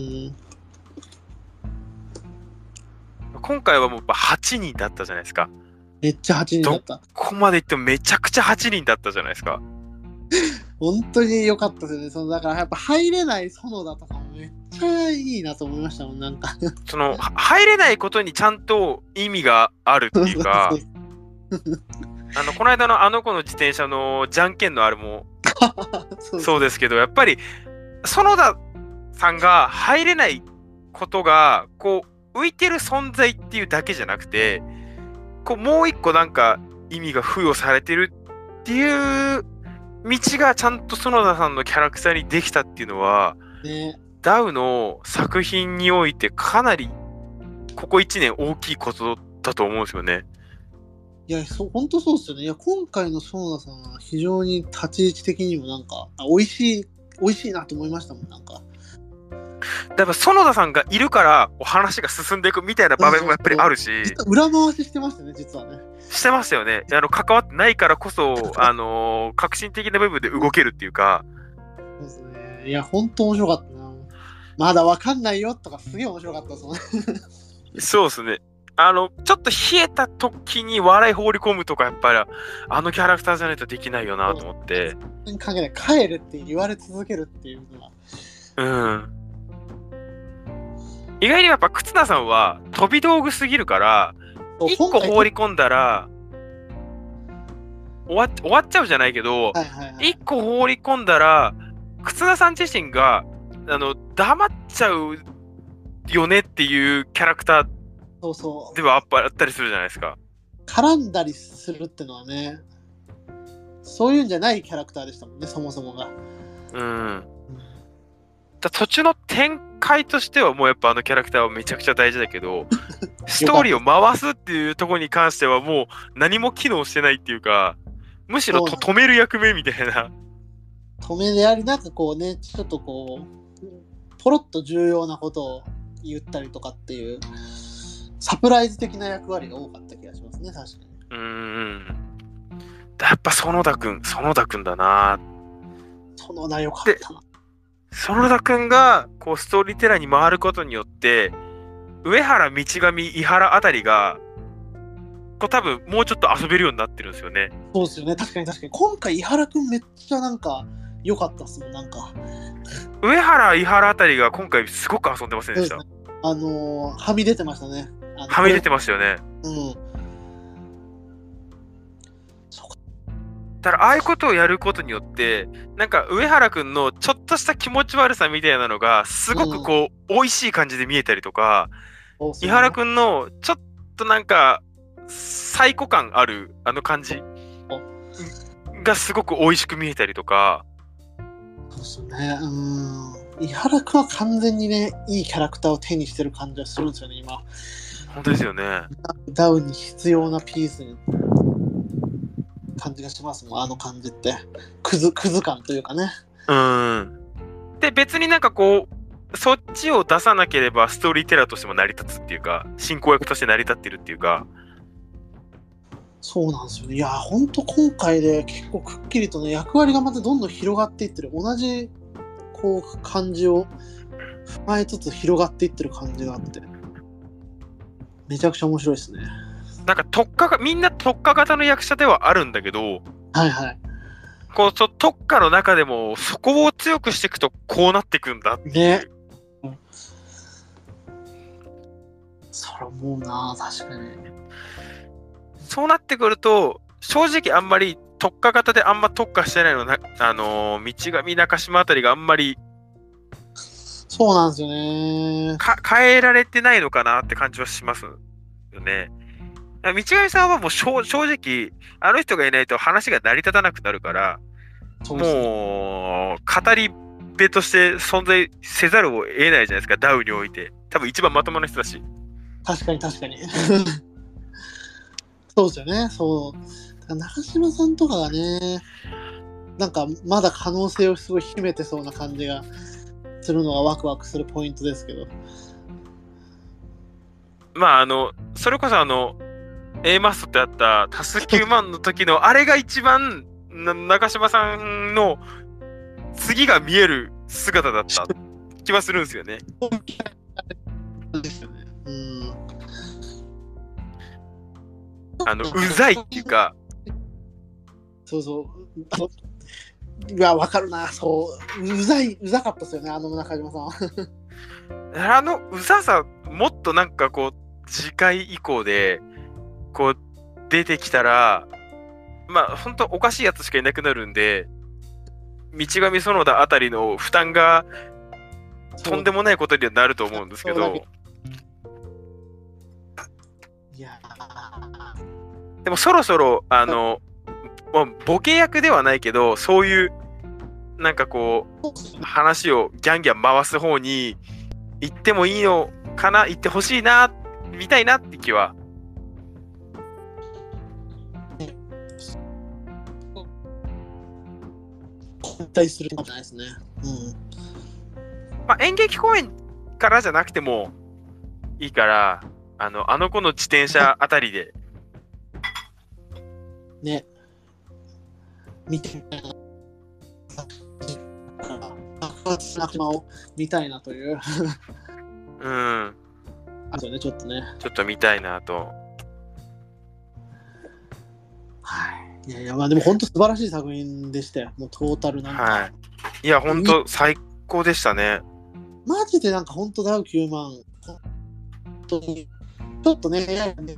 B: 今回はもう8人だったじゃないですか。
A: めっちゃ8人だった。
B: ここまでいってもめちゃくちゃ8人だったじゃないですか。
A: 本当に良かったですよね。だからやっぱ入れない園田とかもめっちゃいいなと思いましたもん、なんか。
B: 入れないことにちゃんと意味があるっていうか、この間のあの子の自転車のじゃんけんのあれもそうですけど、やっぱり園田さんが入れないことがこう浮いてる存在っていうだけじゃなくて、こうもう一個なんか意味が付与されてるっていう道がちゃんと園田さんのキャラクターにできたっていうのは、
A: ね、
B: ダウの作品においてかなりここ1年大きいことだと思うんですよね。
A: いや、本当そうですよね。いや、今回の園田さんは非常に立ち位置的にもなんか美味しいなと思いましたもん、なんか。
B: だから園田さんがいるから話が進んでいくみたいな場面もやっぱりあるし、
A: 裏回ししてましたね、実はね。
B: してましたよね。関わってないからこそ革新的な部分で動けるっていうか。
A: そうですね。いや、本当面白かったな。まだわかんないよとかすげえ面白かったですもんね。
B: そうですね。ちょっと冷えた時に笑い放り込むとか、やっぱりキャラクターじゃないとできないよなと思って。
A: 関係ない。帰るって言われ続けるっていうのは。
B: 意外にやっぱ忽那さんは飛び道具すぎるから、一個放り込んだら終わっちゃうじゃないけど、一個放り込んだら忽那さん自身が黙っちゃうよねっていうキャラクターではあったりするじゃないですか。
A: 絡んだりするってのはね、そういうんじゃないキャラクターでしたもんね、そもそもが。
B: 途中の展開としてはもうやっぱキャラクターはめちゃくちゃ大事だけどストーリーを回すっていうところに関してはもう何も機能してないっていうか、むしろ止める役目みたいな。
A: 止めであり、なんかこうね、ちょっとこうポロッと重要なことを言ったりとかっていうサプライズ的な役割が多かった気がしますね、確かに。
B: やっぱ園田くんだな。
A: 園田よかったな。
B: 園田くんがこうストーリーテラーに回ることによって上原道上伊原あたりがこう多分もうちょっと遊べるようになってるんですよね。
A: そうですよね、確かに今回伊原くんめっちゃなんか良かったっすもん。なんか
B: 上原伊原あたりが今回すごく遊んでませんでした？
A: はみ出てましたね。
B: はみ出てましたよね。だからああいうことをやることによってなんか上原くんのちょっとした気持ち悪さみたいなのがすごくこう、美味しい感じで見えたりとか、伊原くんのちょっとなんかサイコ感ある感じがすごく美味しく見えたりとか。
A: そうですね。 伊原くんは完全にね、いいキャラクターを手にしてる感じはするんですよね、今。
B: 本当ですよね。
A: ダウンに必要なピースに感じがしますもん、あの感じって。クズ感というかね。
B: で、別になんかこう、そっちを出さなければストーリーテラーとしても成り立つっていうか、進行役として成り立ってるっていうか。
A: そうなんですよね。いや、ほんと今回で結構くっきりとね、役割がまたどんどん広がっていってる。同じこう感じを踏まえつつ広がっていってる感じがあって。めちゃくちゃ面白いですね。
B: なんかみんな特化型の役者ではあるんだけど、
A: はいはい。
B: こう特化の中でもそこを強くしていくとこうなっていくんだっていう。
A: ね。それ思うな、確かに。
B: そうなってくると、正直あんまり特化型であんま特化してないのな、道上中島あたりがあんまり
A: そうなんですよね。
B: 変えられてないのかなって感じはしますよね。道上さんはもう正直、あの人がいないと話が成り立たなくなるから、
A: そうですね。
B: もう、語り部として存在せざるを得ないじゃないですか、ダウにおいて。多分一番まともな人だし。
A: 確かに確かに。そうですよね。そう。中島さんとかがね、なんかまだ可能性をすごい秘めてそうな感じがするのがワクワクするポイントですけど。
B: まあ、それこそA マストってあったタス9万の時のあれが一番中島さんの次が見える姿だった気はするんですよね。
A: うん。
B: うざいっていうか。
A: そうそう。いや、わかるな。そう。うざかったですよね、中島さんは。
B: うざさ、もっとなんかこう、次回以降で、こう、出てきたら、まあ、本当おかしいやつしかいなくなるんで、道上園田あたりの負担がとんでもないことにはなると思うんですけど、
A: いや
B: でもそろそろボケ役ではないけど、そういうなんかこう話をギャンギャン回す方に行ってもいいのかな、行ってほしいな、見たいなって気は。
A: 反対するかもしれないですね。
B: まあ、演劇公演からじゃなくてもいいから、あの子の自転車あたりで
A: ね、見てみたいな。中島を見たいなという。あとね、ちょっとね。
B: ちょっと見たいなと。
A: はい。いや、まあでも本当素晴らしい作品でしたよ。もうトータルなんか。
B: はい。いや、本当最高でしたね。
A: マジでなんか本当ダウ9万、本当に、ちょっとね、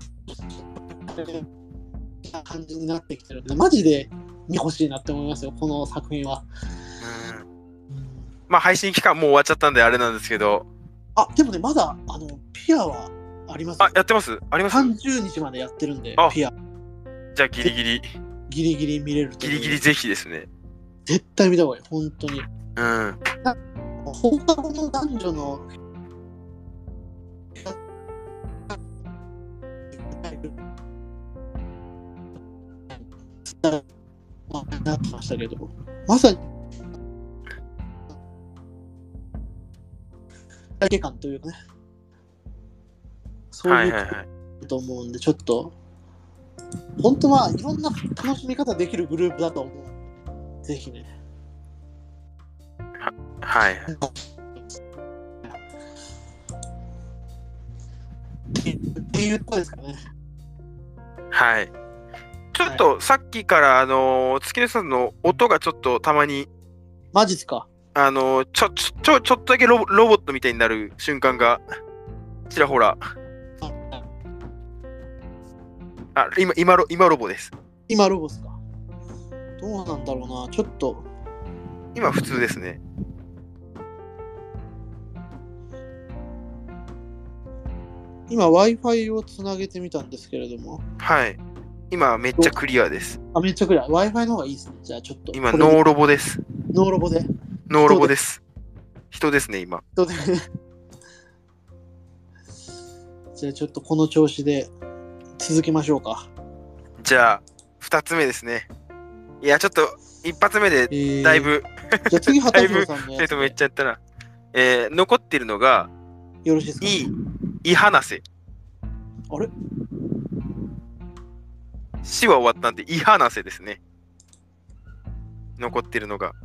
A: 感じになってきてるんで、マジで見ほしいなって思いますよ、この作品は。
B: まあ配信期間もう終わっちゃったんであれなんですけど。
A: でもね、まだピアはあります。
B: やってます？あります？
A: 30日までやってるんで、ピア。
B: じゃあギリギリ
A: 見れると。
B: ギリギリぜひですね。
A: 絶対見た方がいい、本当に。放課後の男女のなってましたけど、まさにだけ感というかね、そういうと思うんで、ちょっと本当はいろんな楽しみ方できるグループだと思う。ぜひね。
B: はい。
A: っていうとこですかね。
B: はい。ちょっとさっきから月根さんの音がちょっとたまに。
A: マジっすか。
B: ちょっとだけロボットみたいになる瞬間がちらほら。今ロボです。
A: 今ロボっすか。どうなんだろうな、ちょっと。
B: 今普通ですね。
A: 今 Wi-Fi をつなげてみたんですけれども。
B: はい。今めっちゃクリアです。
A: めっちゃクリア。Wi-Fi の方がいいですね。じゃあちょっと。
B: 今ノーロボです。
A: ノーロボで。
B: ノーロボです。 人ですね、今。
A: とでじゃあちょっとこの調子で続けましょうか。
B: じゃあ、2つ目ですね。いや、ちょっと、一発目で、だいぶ、
A: じゃあ次、
B: だいぶ、
A: 畑さんのやつ
B: めっ
A: で
B: ちゃやったな。残ってるのが、
A: よろしいですか？
B: い話せ。
A: あれ
B: 死は終わったんで、い話せですね。残ってるのが。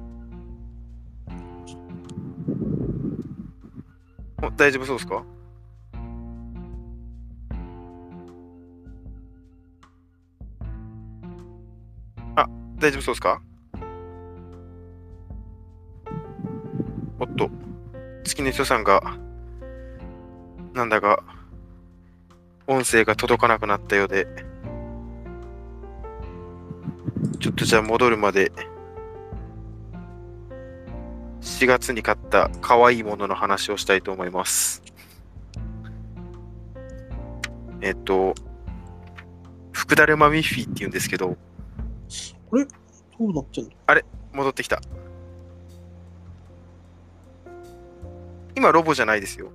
B: 大丈夫そうですか？大丈夫そうですか？おっと、月の人さんが、なんだか、音声が届かなくなったようで、ちょっとじゃあ戻るまで、4月に買った可愛いものの話をしたいと思います。福だるまミッフィーって言うんですけど、
A: どうなってんの？
B: 戻ってきた。今ロボじゃないですよ。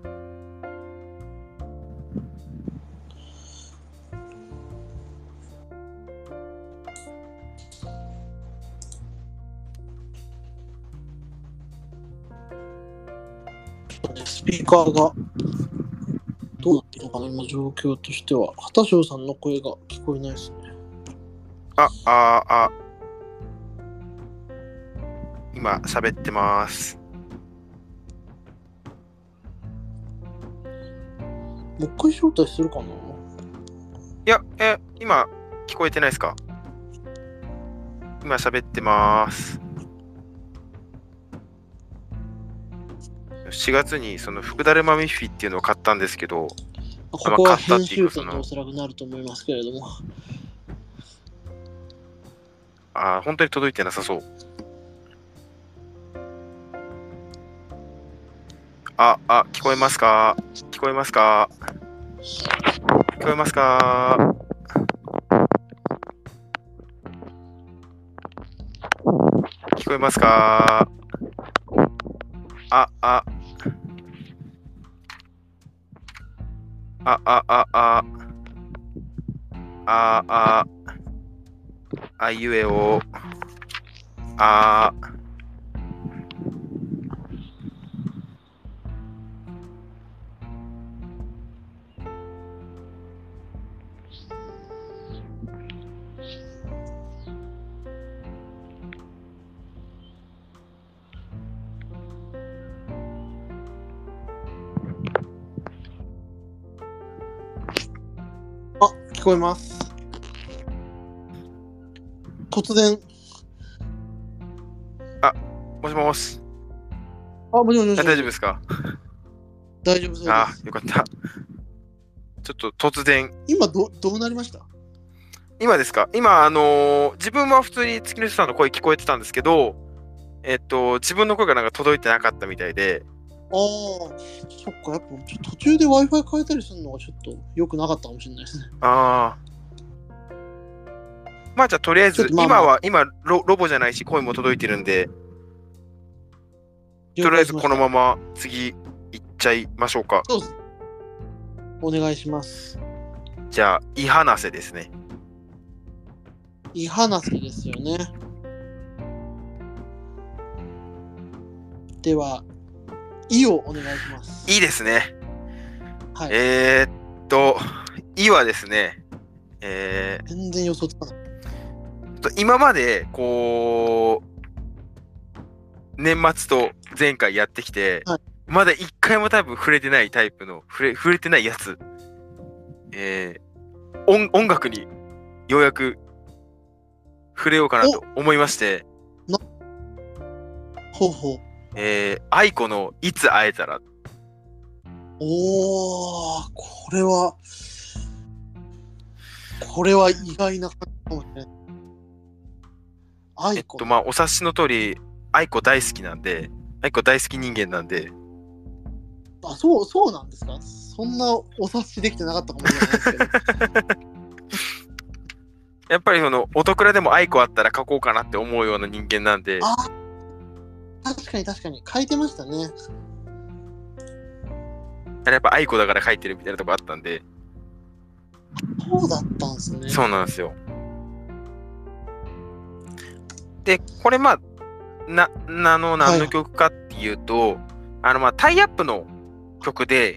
A: スピーカーがどうなってるのかな、今状況としては。畑翔さんの声が聞こえないですね。
B: 今喋ってます。
A: もう一回招待するかな？
B: いや、今聞こえてないですか？今喋ってます。4月にその福だるまミッフィーっていうのを買ったんですけど、
A: ここは編集点でおそらくなると思いますけれども。
B: 本当に届いてなさそう。聞こえますか？聞こえますか？聞こえますか？聞こえますか？あいうえお。
A: 聞こえます。突然。
B: もしもし。
A: もちろん。
B: 大丈夫ですか？
A: 大丈夫そうです。
B: よかった。ちょっと突然。
A: 今どうなりました？
B: 今ですか？今、自分は普通に月の人さんの声聞こえてたんですけど、自分の声がなんか届いてなかったみたいで。
A: そっか、やっぱ途中で Wi-Fi 変えたりするのがちょっと良くなかったかもしれないですね。
B: まあじゃあとりあえず、今ロボじゃないし声も届いてるんで、とりあえずこのまま次行っちゃいましょうか。
A: そうです。お願いします。
B: じゃあ、い話せですね。
A: い話せですよね。では、いをお願いします。
B: いいですね。
A: はい。
B: いはですね、
A: 全然予想つかない。
B: 今までこう年末と前回やってきて、
A: はい、
B: まだ一回も多分触れてないタイプの触れてないやつ、音楽にようやく触れようかなと思いまして、
A: ほうほう。
B: 愛子のいつ会えたら。
A: これは意外な感じかもしれない。愛子。
B: まあお察しの通り愛子大好きなんで、愛子大好き人間なんで。
A: そうなんですか？そんなお察しできてなかったかもしれないですけど。
B: やっぱりお得らでも愛子あったら書こうかなって思うような人間なんで。
A: 確かに確かに書いてましたね。
B: あれやっぱ愛子だから書いてるみたいなとこあったんで。
A: そうだったんですね。
B: そうなんですよ。で、これまあ、何の曲かっていうと、まあ、タイアップの曲で、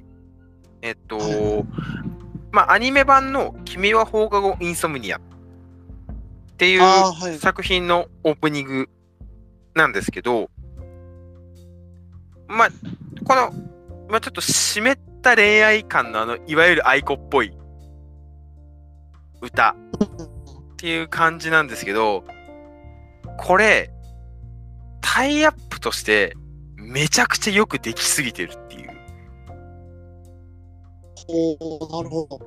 B: まあ、アニメ版の君は放課後インソムニアっていう作品のオープニングなんですけど、まあ、この、まあ、ちょっと湿った恋愛感のいわゆる愛子っぽい歌っていう感じなんですけど、これ、タイアップとしてめちゃくちゃよくできすぎてるっていう。
A: なるほど。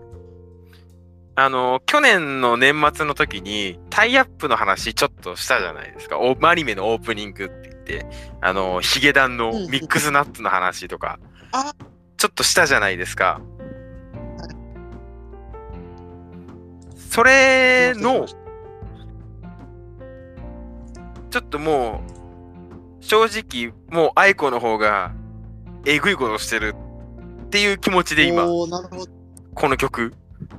B: 去年の年末の時にタイアップの話ちょっとしたじゃないですか。アニメのオープニングって言って、ヒゲダンのミックスナッツの話とか、ちょっとしたじゃないですか。それの、ちょっともう、正直、もう愛子の方が、えぐいことしてるっていう気持ちで今、この曲、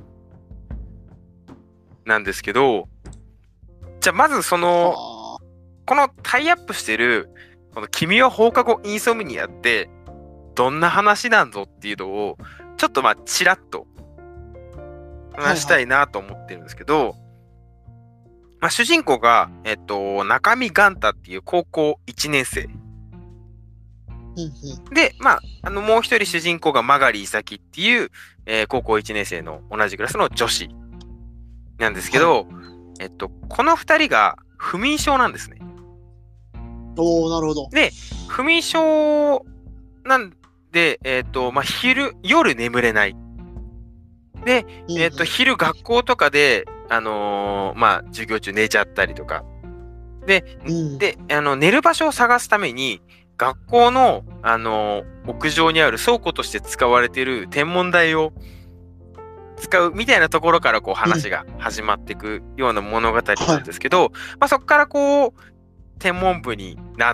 B: なんですけど、じゃあまずこのタイアップしてる、この君は放課後インソムニアって、どんな話なんぞっていうのを、ちょっとまあ、ちらっと話したいなと思ってるんですけど、まあ、主人公が、中見元太っていう高校1年生。で、まあ、もう一人主人公が曲伊咲っていう、高校1年生の同じクラスの女子なんですけど、この2人が不眠症なんですね。
A: なるほど。
B: で、不眠症なんで、まあ、夜眠れない。で、昼学校とかで、まあ、授業中寝ちゃったりとか。で、寝る場所を探すために、学校の、屋上にある倉庫として使われている天文台を使うみたいなところからこう話が始まっていくような物語なんですけど、まあ、そこからこう、天文部になって、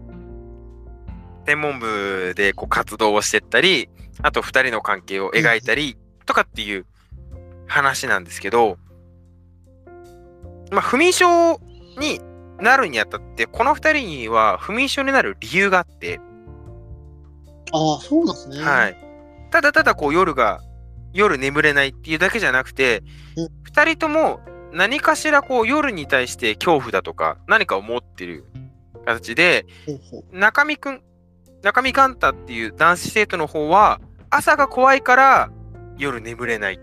B: 天文部でこう活動をしていったり、あと2人の関係を描いたりとかっていう話なんですけど、まあ、不眠症になるにあたって、この2人には不眠症になる理由があって。
A: そうなんですね。
B: はい。ただただこう夜眠れないっていうだけじゃなくて、2人とも何かしらこう夜に対して恐怖だとか何かを持ってる形で、中見元太っていう男子生徒の方は朝が怖いから夜眠れない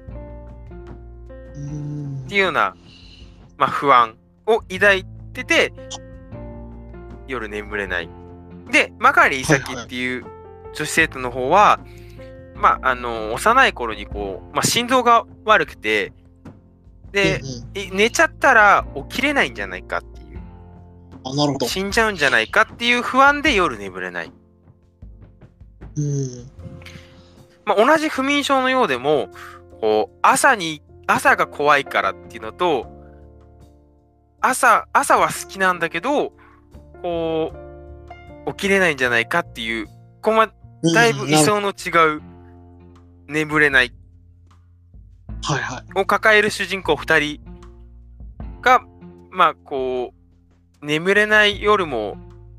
B: っていうような、まあ、不安を抱いてて夜眠れない。で、曲伊咲っていう女子生徒の方は、まあ、幼い頃にこう、まあ、心臓が悪くて、で、寝ちゃったら起きれないんじゃないかっていう。
A: なるほど。
B: 死んじゃうんじゃないかっていう不安で夜眠れない。まあ、同じ不眠症のようでも、こう、朝が怖いからっていうのと、朝は好きなんだけど、こう、起きれないんじゃないかっていう、だいぶ理想の違う、眠れないを抱える主人公2人が、まあこう眠れない夜も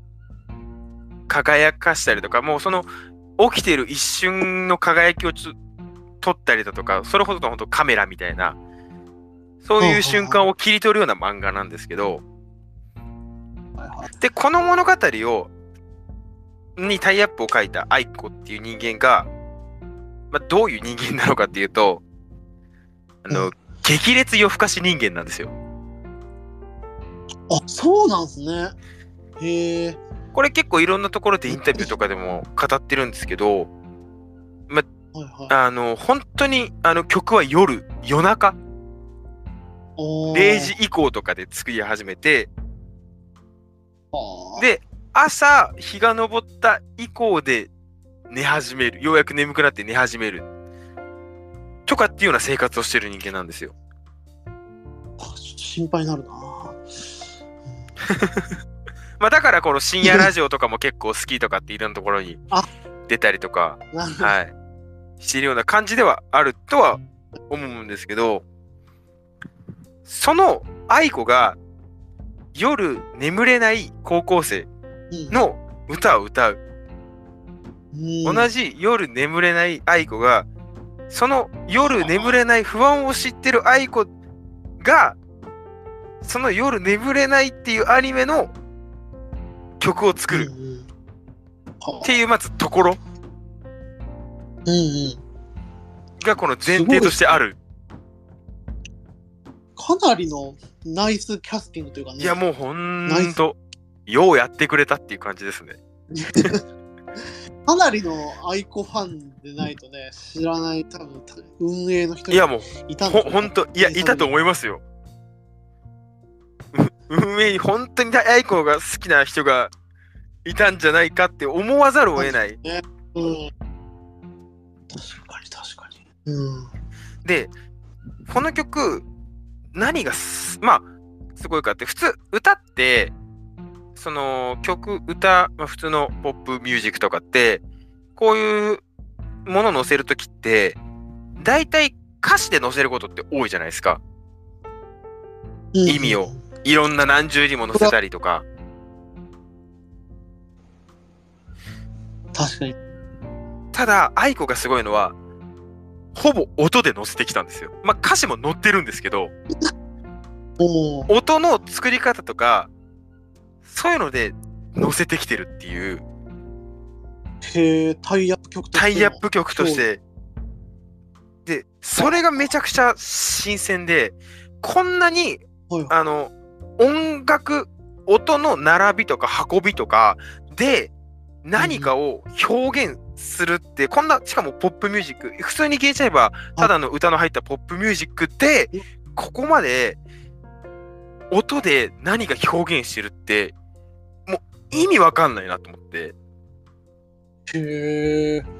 B: 輝かしたりとか、もうその起きている一瞬の輝きを撮ったりだとか、それほどの本当カメラみたいな、そういう瞬間を切り取るような漫画なんですけど、でこの物語にタイアップを書いた愛子っていう人間が、まあ、どういう人間なのかっていうと、激烈夜更かし人間なんですよ。
A: そうなんですね。へえ。
B: これ結構いろんなところでインタビューとかでも語ってるんですけど、まあ、本当に曲は夜中0時以降とかで作り始めて、で朝日が昇った以降で寝始める、ようやく眠くなって寝始めるとかっていうような生活をしてる人間なんですよ。
A: 心配になるな。
B: まあだからこの深夜ラジオとかも結構好きとかっていろんなところに
A: あ
B: 出たりとか、
A: なるほど。
B: はい、してるような感じではあるとは思うんですけど、その愛子が夜眠れない高校生の歌を歌う。同じ夜眠れない愛子が、その夜眠れない不安を知ってる愛子が、その夜眠れないっていうアニメの曲を作るっていうまずところがこの前提としてある。
A: かなりのナイスキャスティングというかね。
B: いやもうほんとようやってくれたっていう感じですね。
A: かなりの愛子ファンでないとね、知らない多分運営の人
B: いやもう
A: いたの
B: ほんと、いやいたと思いますよ。運営に本当に愛子が好きな人がいたんじゃないかって思わざるを得ない。
A: 確かに確かに。
B: で、この曲何がまあすごいかって、普通歌ってその曲歌、まあ、普通のポップミュージックとかってこういうもの載せるときって大体歌詞で載せることって多いじゃないですか。意味をいろんな何重にも載せたりとか。
A: 確かに。
B: ただ愛子がすごいのはほぼ音で載せてきたんですよ。まあ歌詞も載ってるんですけど、音の作り方とかそういうので載せてきてるっていう。
A: へえ、タイアップ曲として。
B: で、それがめちゃくちゃ新鮮で、こんなに、音楽、音の並びとか運びとかで何かを表現するって、こんな、しかもポップミュージック、普通に聞いちゃえば、ただの歌の入ったポップミュージックで、ここまで音で何か表現してるって、もう意味わかんないなと思って。
A: へえ。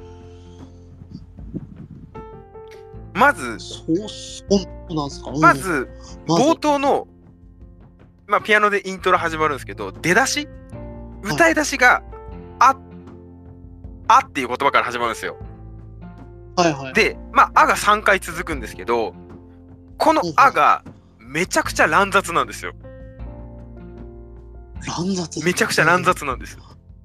B: まず、
A: そうなんですか。
B: まず、冒頭の、まあ、ピアノでイントロ始まるんですけど、出だし、歌い出しが、あっていう言葉から始まるんですよ。で、まあ、あが3回続くんですけど、このあがめちゃくちゃ乱雑なんですよ。
A: 乱雑？
B: めちゃくちゃ乱雑なんですよ。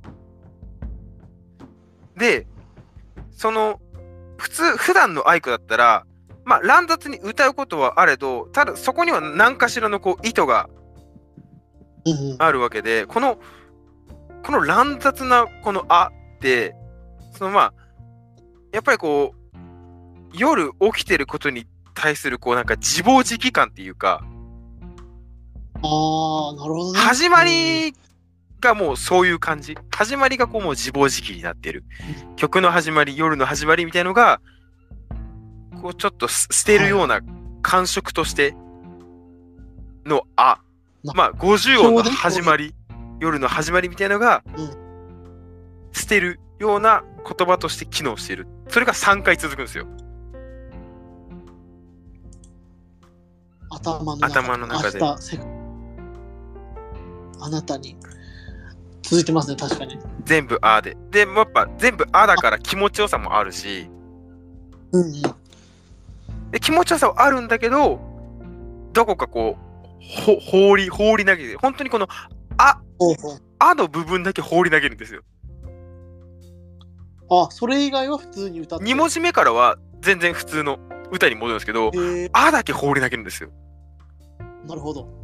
B: で、その、普段の愛子だったら、まあ、乱雑に歌うことはあれど、ただそこには何かしらのこう意図があるわけで、この乱雑なこのあって、そのまあ、やっぱりこう、夜起きてることに対するこうなんか自暴自棄感っていうか、
A: なるほどね。
B: 始まりがもうそういう感じ。始まりがこうもう自暴自棄になってる。曲の始まり、夜の始まりみたいのが、こうちょっと捨てるような感触としてのあ。まあ50音の始まり、夜の始まりみたいなのが、捨てるような言葉として機能している。それが3回続くんですよ。頭の中で。
A: あなたに続いてますね、確かに。
B: 全部あで。で、やっぱ全部あだから気持ちよさもあるし、で気持ちよさはあるんだけど、どこかこう、放り投げて、本当にこのあの部分だけ放り投げるんですよ。
A: それ以外は普通に歌ってる。
B: 2文字目からは全然普通の歌に戻るんですけど、あだけ放り投げるんですよ。
A: なるほど。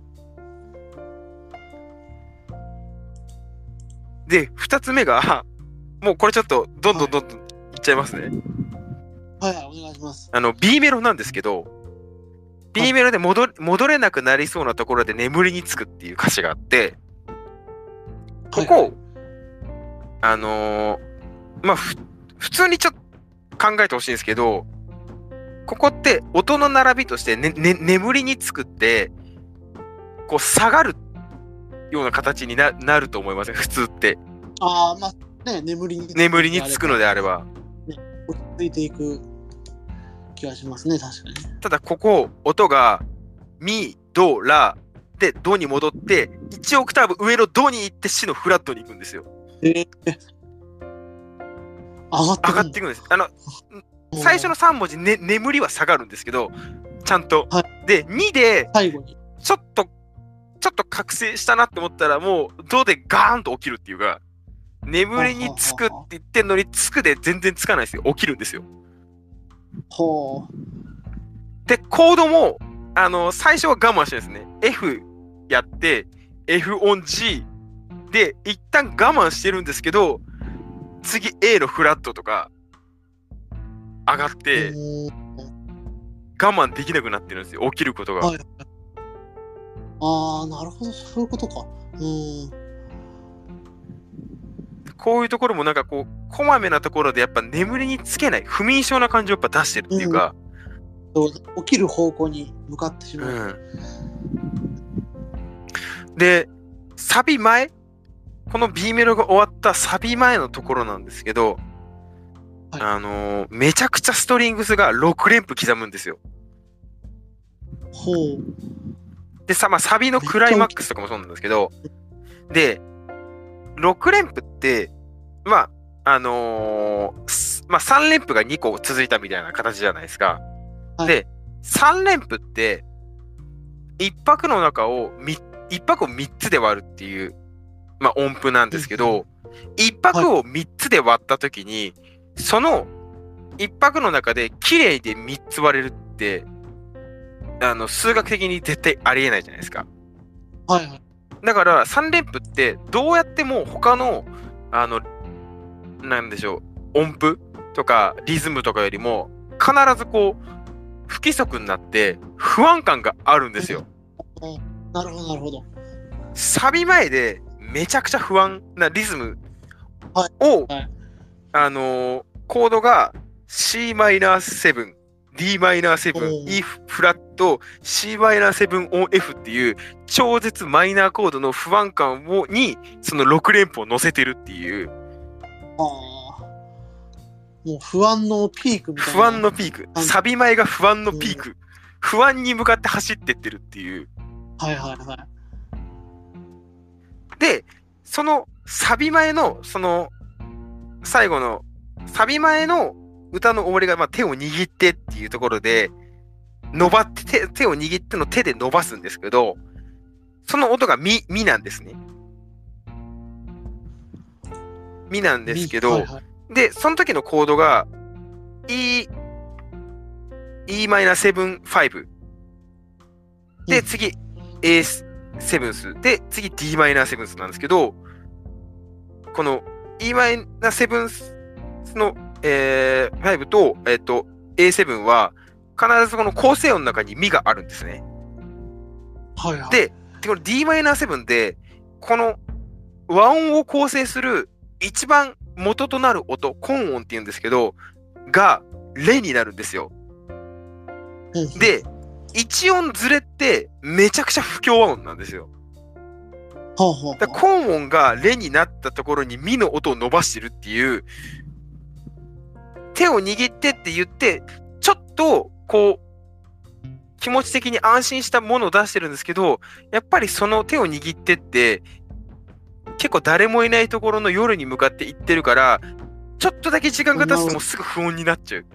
B: で、2つ目が、もうこれちょっとどんどんいっちゃいますね。
A: はい、お願いします。
B: B メロなんですけど、B メロで戻れなくなりそうなところで眠りにつくっていう歌詞があって、ここ、まあ、普通にちょっと考えてほしいんですけど、ここって音の並びとして、眠りにつくって、こう下がるような形になると思いますね、普通って。
A: まあね、眠りに
B: つくのであれば。
A: 落ち着いていく気がしますね、確かに。
B: ただここ、音がミ、ド、ラってドに戻って1オクターブ上のドに行ってシのフラットに行くんですよ。
A: 上がって
B: 上がっていくんです。最初の3文字、ね、眠りは下がるんですけど、ちゃんと。
A: は
B: で、2で、
A: 最後に。
B: ちょっと覚醒したなって思ったら、もう、ドでガーンと起きるっていうか、眠りにつくって言ってんのに、つくで全然つかないですよ。起きるんですよ。
A: ほう。
B: で、コードも、最初は我慢してるんですね。F やって、F on G で、一旦我慢してるんですけど、次 A のフラットとか、上がって、我慢できなくなってるんですよ。起きることが。
A: はい。ああ、なるほど。そういうことか。
B: こういうところもなんかこう、こまめなところでやっぱ眠りにつけない、不眠症な感じをやっぱ出してるっていうか。
A: そう、起きる方向に向かってしまう。
B: で、サビ前、この B メロが終わったサビ前のところなんですけど、めちゃくちゃストリングスが6連符刻むんですよ。
A: ほう。
B: でさ、まあ、サビのクライマックスとかもそうなんですけど、で、6連符って、まあ、3連符が2個続いたみたいな形じゃないですか。
A: はい、
B: で、3連符って、1拍の中を、1拍を3つで割るっていう、まあ、音符なんですけど、1拍を3つで割ったときに、その1拍の中で綺麗で3つ割れるって、数学的に絶対ありえないじゃないですか。
A: はいはい。
B: だから3連符ってどうやっても他のなんでしょう、音符とかリズムとかよりも必ずこう不規則になって不安感があるんですよ。
A: なるほどなるほど。
B: サビ前でめちゃくちゃ不安なリズムを、
A: はいはい、
B: コードが Cm7、D-7、E フラット、Cm7 on F っていう超絶マイナーコードの不安感にその6連符を乗せてるっていう。
A: もう不安のピークみたいな。
B: 不安のピーク。サビ前が不安のピーク。不安に向かって走ってってるっていう。
A: はいはいはい。
B: で、そのサビ前のその最後のサビ前の歌の終わりが、まあ、手を握ってっていうところで手を握っての手で伸ばすんですけど、その音がミなんですね。ミなんですけど、はいはい、でその時のコードが Em7、5で次 A7 で次 D-7 なんですけど、この Em7 の、5と、A7 は必ずこの構成音の中にミがあるんですね。
A: はいはい、
B: でこの D-7 でこの和音を構成する一番元となる音、根音っていうんですけどがレになるんですよ。で1音ずれってめちゃくちゃ不協和音なんですよ。だから根音がレになったところにミの音を伸ばしてるっていう、手を握ってって言ってちょっとこう気持ち的に安心したものを出してるんですけど、やっぱりその手を握ってって結構誰もいないところの夜に向かって行ってるから、ちょっとだけ時間が経つともうすぐ不穏になっちゃう。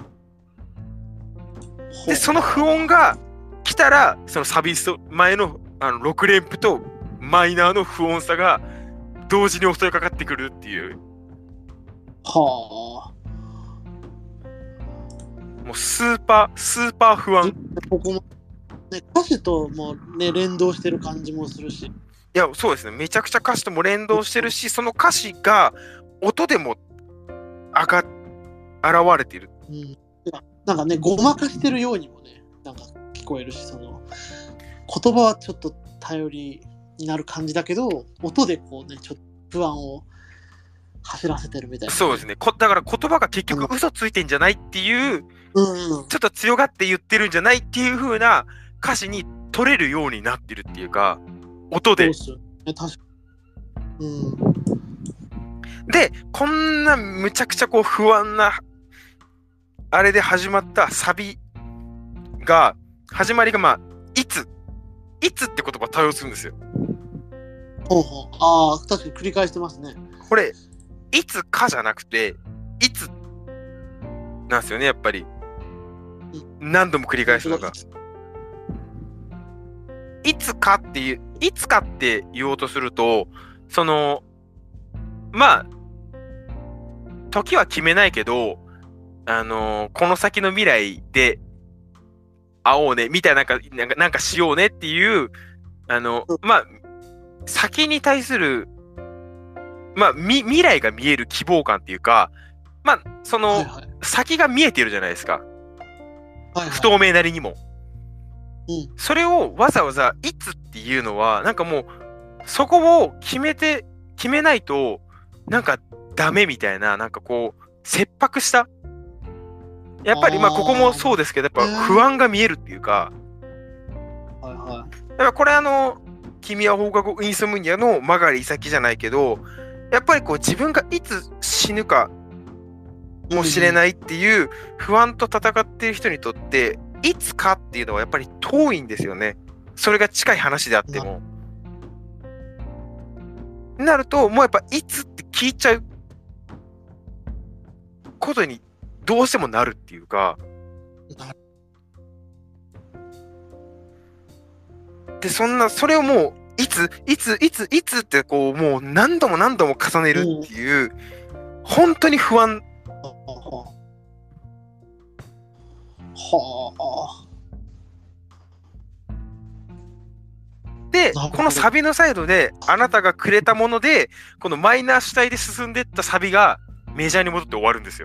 B: でその不穏が来たらそのサビ前の6連符とマイナーの不穏さが同時に襲いかかってくるっていう。
A: はあ。
B: もうスーパー不安。
A: ここも、ね、歌詞ともね連動してる感じもするし。い
B: やそうですね。めちゃくちゃ歌詞とも連動してるし、その歌詞が音でも現れている。
A: なんかね、ごまかしてるようにもね、なんか聞こえるし、その言葉はちょっと頼りになる感じだけど、音でこうね、ちょっと不安を走らせてるみたいな、ね。
B: そうですね。だから言葉が結局嘘ついてんじゃないっていう、ちょっと強がって言ってるんじゃないっていう風な歌詞に取れるようになってるっていうか、音で。
A: そうですよね、確か
B: に。で、こんなむちゃくちゃこう不安なあれで始まったサビが、始まりがまあ、いついつって言葉多用するんですよ。
A: ほうほう。ああ、確かに繰り返してますね。
B: これ、いつかじゃなくて、いつなんですよね、やっぱり。何度も繰り返すのが。いつかって言おうとすると、まあ、時は決めないけど、この先の未来で会おうね、みたいななんかしようねっていう、まあ、先に対する、まあ、未来が見える希望感っていうか、まあ、
A: はいはい。
B: 先が見えてるじゃないですか。
A: はいはい。
B: 不透明なりにも。
A: うん。
B: それをわざわざいつっていうのは、なんかもう、そこを決めないと、なんかダメみたいな、なんかこう、切迫した。やっぱりまあここもそうですけど、やっぱ不安が見えるっていうか、
A: はいは
B: やっぱこれ君は放課後インソムニアの曲がり先じゃないけど、やっぱりこう自分がいつ死ぬか
A: い。
B: もしれないっていう不安と戦っている人にとって、いつかっていうのはやっぱり遠いんですよね。それが近い話であっても。なると、もうやっぱいつって聞いちゃうことにどうしてもなるっていうか、で、それをもう、いつってこう、もう何度も何度も重ねるっていう、本当に不安。
A: はあ。
B: で、このサビのサイドで、あなたがくれたもので、このマイナー主体で進んでいったサビがメジャーに戻って終わるんですよ。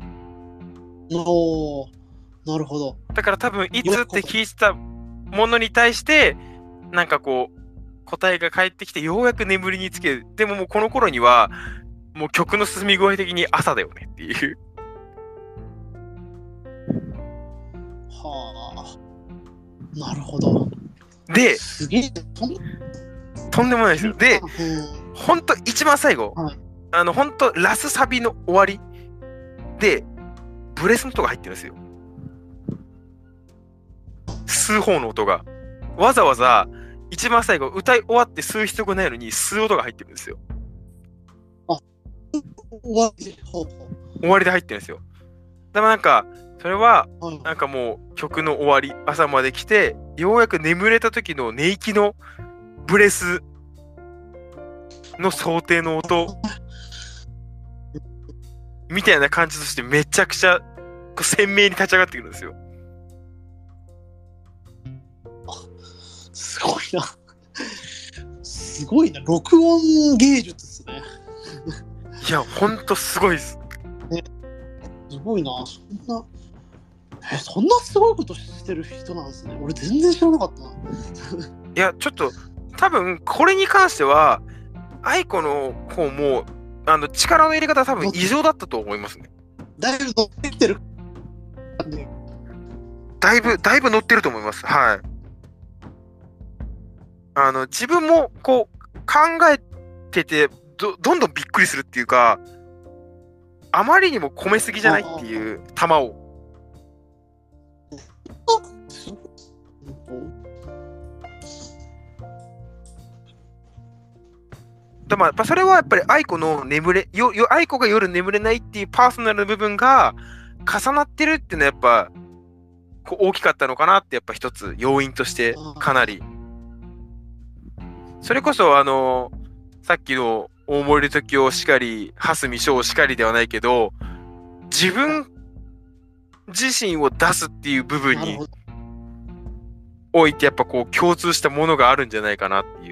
A: おー、なるほど。
B: だから多分、いつって聞いてたものに対して、なんかこう、答えが返ってきて、ようやく眠りにつける。でももうこの頃には、もう曲の進み具合的に朝だよねっていう。
A: はあ。なるほど。
B: で、
A: すげえ。
B: とんでもないですよ。で、ほんと一番最後、
A: はい、
B: ほんとラスサビの終わりで、ブレスの音が入ってるんですよ。吸う方の音が。わざわざ、一番最後、歌い終わって吸う必要がないのに、吸う音が入ってるんですよ。終わりで入ってるんですよ。だからなんか、それは、なんかもう曲の終わり、朝まで来て、ようやく眠れた時の寝息のブレスの想定の音みたいな感じとしてめちゃくちゃ鮮明に立ち上がってくるんですよ。
A: すごいな。すごいな。録音芸術ですね。
B: いや、ほんとすごいです。
A: すごいな。そんなすごいことしてる人なんですね。俺全然知らなかったな。
B: いや、ちょっと、多分、これに関しては、愛子の方も、力の入れ方は多分異常だったと思いますね。
A: だいぶ乗ってきてる。
B: だいぶ乗ってると思います。はい。自分も、こう、考えてて、どんどんびっくりするっていうか、あまりにも込めすぎじゃないっていう球を。まあ、それはやっぱり愛子の愛子が夜眠れないっていうパーソナルな部分が重なってるっていうのはやっぱこう大きかったのかなってやっぱ一つ要因としてかなり。それこそさっきの大森時生しかり、蓮見翔しかりではないけど、自分自身を出すっていう部分においてやっぱこう共通したものがあるんじゃないかなっていう。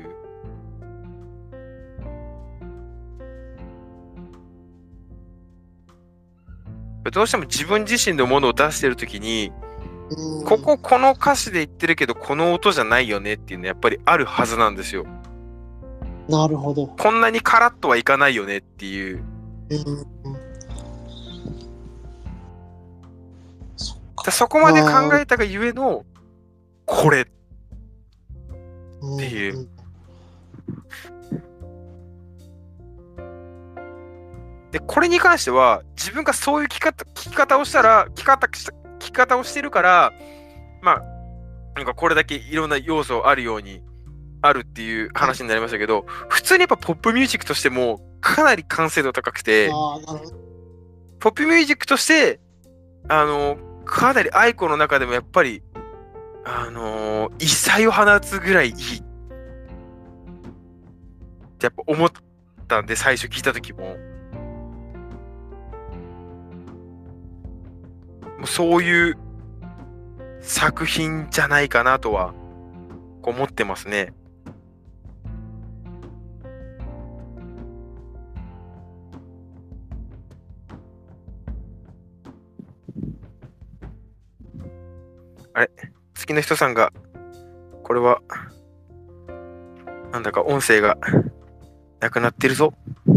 B: どうしても自分自身のものを出してるときに、この歌詞で言ってるけど、この音じゃないよねっていうのはやっぱりあるはずなんですよ。
A: なるほど。
B: こんなにカラッとはいかないよねっていう。そこまで考えたがゆえの、これっていう。で、これに関しては、自分がそういう聞き方をしてるから、まあ、 なんかこれだけいろんな要素あるようにあるっていう話になりましたけど、普通にやっぱポップミュージックとしてもかなり完成度高くて、
A: ああ、なるほど。
B: ポップミュージックとしてかなり愛子の中でもやっぱり異彩を放つぐらいいいってやっぱ思ったんで、最初聞いた時ももうそういう作品じゃないかなとは思ってますね。あれ、月の人さんが、これはなんだか音声がなくなってるぞ。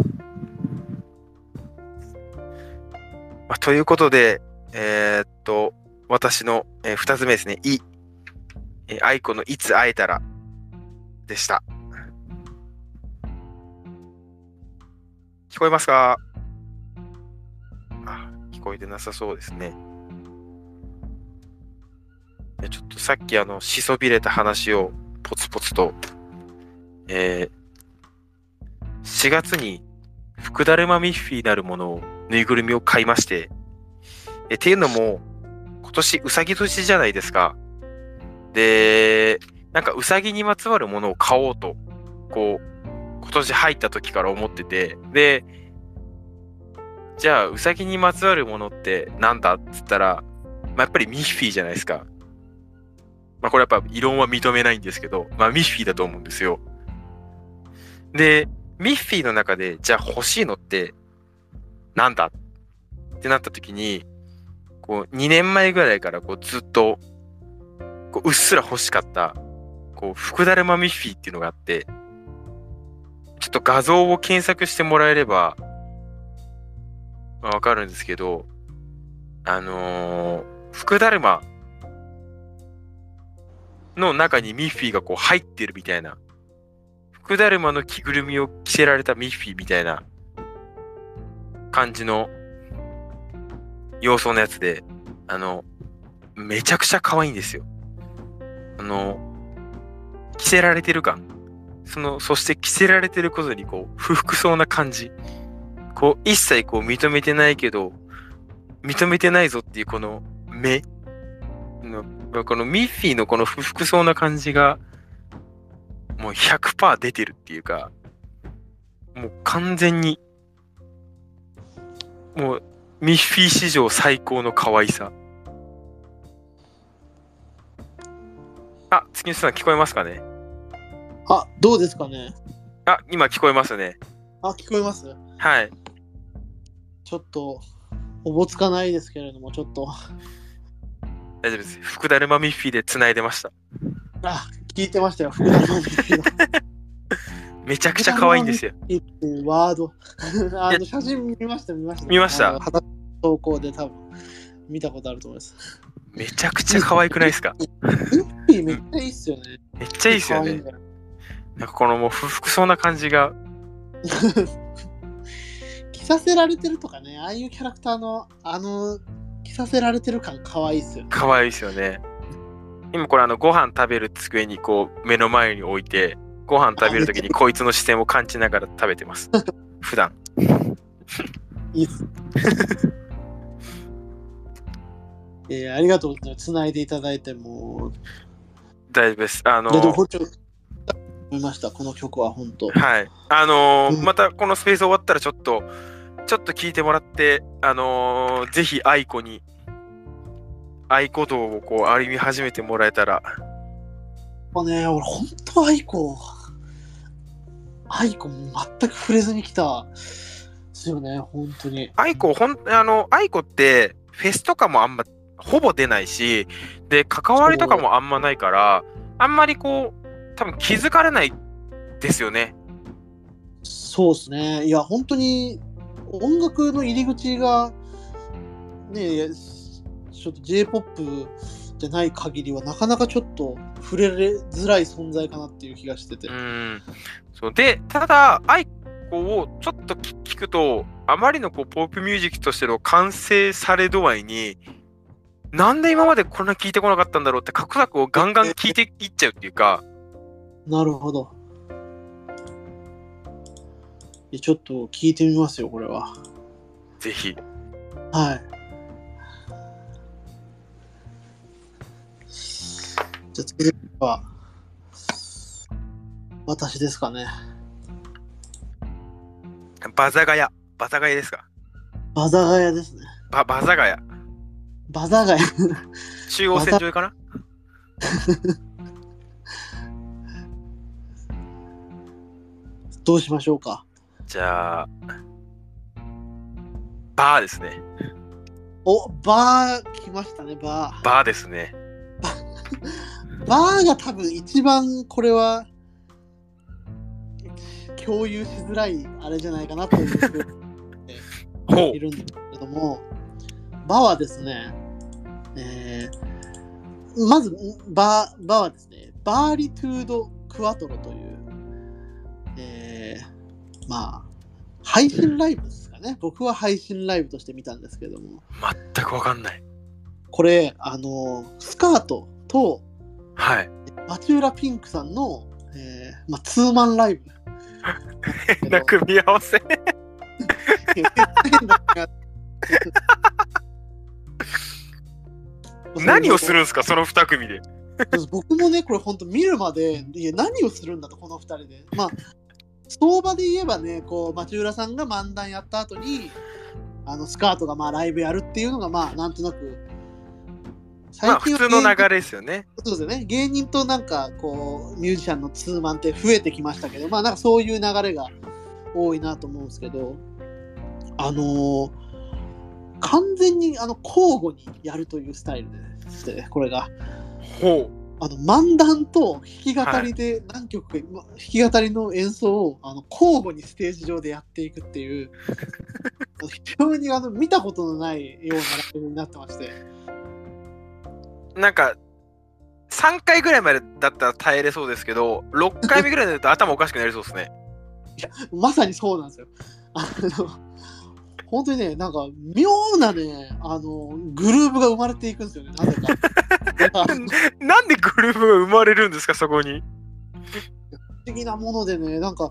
B: ということで、私の、2つ目ですね。愛子のいつ会えたらでした。聞こえますか？聞こえてなさそうですね。ちょっとさっきしそびれた話をポツポツと、4月に福だるまミッフィーなるものをぬいぐるみを買いまして、っていうのも今年うさぎ年じゃないですか。で、なんかうさぎにまつわるものを買おうとこう今年入った時から思ってて、でじゃあうさぎにまつわるものってなんだっつったら、やっぱりミッフィーじゃないですか。これやっぱ異論は認めないんですけど、ミッフィーだと思うんですよ。で、ミッフィーの中でじゃあ欲しいのってなんだってなった時に、2年前ぐらいからずっとうっすら欲しかった福だるまミッフィーっていうのがあって、ちょっと画像を検索してもらえればわかるんですけど、福だるまの中にミッフィーが入ってるみたいな、福だるまの着ぐるみを着せられたミッフィーみたいな感じの様相のやつで、めちゃくちゃ可愛いんですよ。着せられてる感、そして着せられてることに不服そうな感じ、一切認めてないけど認めてないぞっていうこの目の、このミッフィーのこの不服そうな感じがもう 100% 出てるっていうか、もう完全にもうミッフィー史上最高の可愛さ。月野さん聞こえますかね？
A: どうですかね？
B: 今聞こえますね。
A: 聞こえます？
B: はい。
A: ちょっとおぼつかないですけれども、ちょっと
B: 大丈夫です。福だるまミッフィーで繋いでました。
A: 聞いてましたよ。福だるまミッフィーの
B: めちゃくちゃ可愛いんですよ。
A: っていうワード写真見ました。
B: 見ました。
A: 投稿で多分見たことあると思います。
B: めちゃくちゃ可愛くないですか？
A: めっちゃいいっすよね。
B: めっちゃいいっすよね。なんかこのもう不服そうな感じが
A: 着させられてるとかね、ああいうキャラクターの着させられてる感可愛いっすよね。
B: 可愛いっすよね。今これご飯食べる机に目の前に置いて、ご飯食べるときにこいつの視線を感じながら食べてます普段。
A: いいっすありがとうございます。つないでいただいても
B: 大丈夫です。
A: 見ました。この曲は本当。
B: はい。またこのスペース終わったらちょっと聞いてもらって、ぜひ愛子道を歩み始めてもらえたら。
A: 俺本当愛子全く触れずに来たですよね、本当に。
B: 愛子ってフェスとかもあんまほぼ出ないし、で関わりとかもあんまないから、あんまり多分気づかれないですよね。
A: そうですね。いや本当に音楽の入り口がね、ちょっと J-POP じゃない限りはなかなかちょっと触れづらい存在かなっていう気がしてて。
B: そうで、ただ愛子をちょっと聞くと、あまりのポップミュージックとしての完成され度合いになんで今までこんな聞いてこなかったんだろうって過去作をガンガン聞いていっちゃうっていうか。
A: なるほど。ちょっと聞いてみますよ、これは。
B: ぜひ。
A: はい。じゃあ次は、私ですかね。
B: バザガヤ。バザガヤですか？
A: バザガヤですね。
B: バザガヤ。
A: バザガヤ。
B: 中央線上かな？
A: どうしましょうか。
B: じゃあ、バーですね。
A: お、バー来ましたね、バー。
B: バーですね。
A: バーが多分一番これは共有しづらいあれじゃないかなと思っているんですけども、バーはですね、まずバーはですね、バーリトゥードクワトロという、まあ配信ライブですかね。僕は配信ライブとして見たんですけども、
B: 全くわかんない。
A: これスカートと、
B: はい、
A: 町浦ピンクさんの、ツーマンライブ。
B: 変な組み合わせ。何をするんですか、その2組で。
A: 僕もね、これ本当見るまで、いや何をするんだと、この2人で。まあ、相場で言えばね、こう町浦さんが漫談やった後に、スカートがまあライブやるっていうのが、まあなんとなく、
B: まあ普通の流れですよね。
A: そうですよね。芸人となんかこうミュージシャンのツーマンって増えてきましたけど、まあなんかそういう流れが多いなと思うんですけど、完全に交互にやるというスタイルでして、これが。
B: ほう。
A: 漫談と弾き語りで何曲か、弾き語りの演奏を交互にステージ上でやっていくっていう非常に見たことのないようなライブになってまして、
B: なんか3回ぐらいまでだったら耐えれそうですけど、6回目ぐらいになると頭おかしくなりそうですね。
A: いやまさにそうなんですよ。本当にね、なんか妙なね、グルーブが生まれていくんですよね、なぜか。
B: なんでグルーブが生まれるんですか、そこに。
A: 不思議なものでね、なんか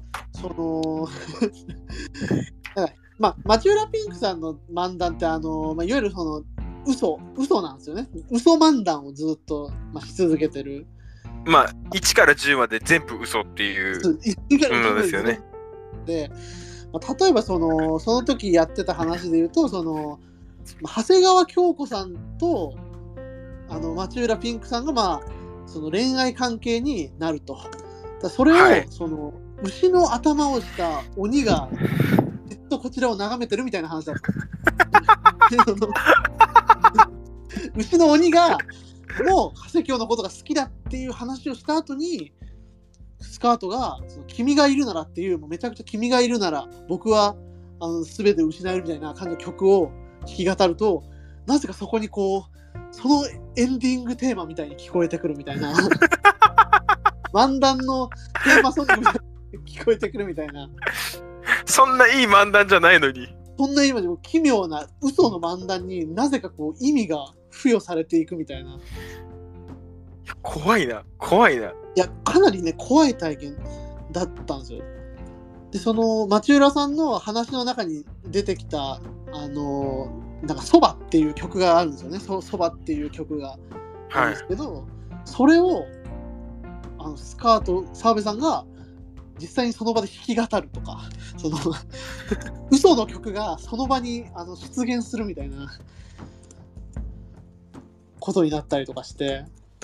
A: まあ町浦ピンクさんの漫談っていわゆるその嘘なんですよね。嘘漫談をずっと、し続けてる。
B: まあ1から10まで全部嘘っていうものですよね。
A: で、例えばその時やってた話で言うと、長谷川京子さんと町浦ピンクさんがその恋愛関係になると。それを、その牛の頭をした鬼がずっとこちらを眺めてるみたいな話だった。牛の鬼がもう長谷京のことが好きだっていう話をした後に、スカートが君がいるならっていう、もうめちゃくちゃ君がいるなら僕は全て失えるみたいな感じの曲を弾き語ると、なぜかそこにこうそのエンディングテーマみたいに聞こえてくるみたいな漫談のテーマソングみたいに聞こえてくるみたいな。
B: そんないい漫談じゃないのに、
A: そんな今でも奇妙な嘘の漫談になぜかこう意味が付与されていくみたいな。
B: 怖いな。
A: いや、かなりね、怖い体験だったんですよ。で、その町浦さんの話の中に出てきたなんかそばっていう曲があるんですよね。そばっていう曲があるんですけど、それをスカート澤部さんが実際にその場で弾き語るとか、その嘘の曲がその場に出現するみたいなことになったりとかして、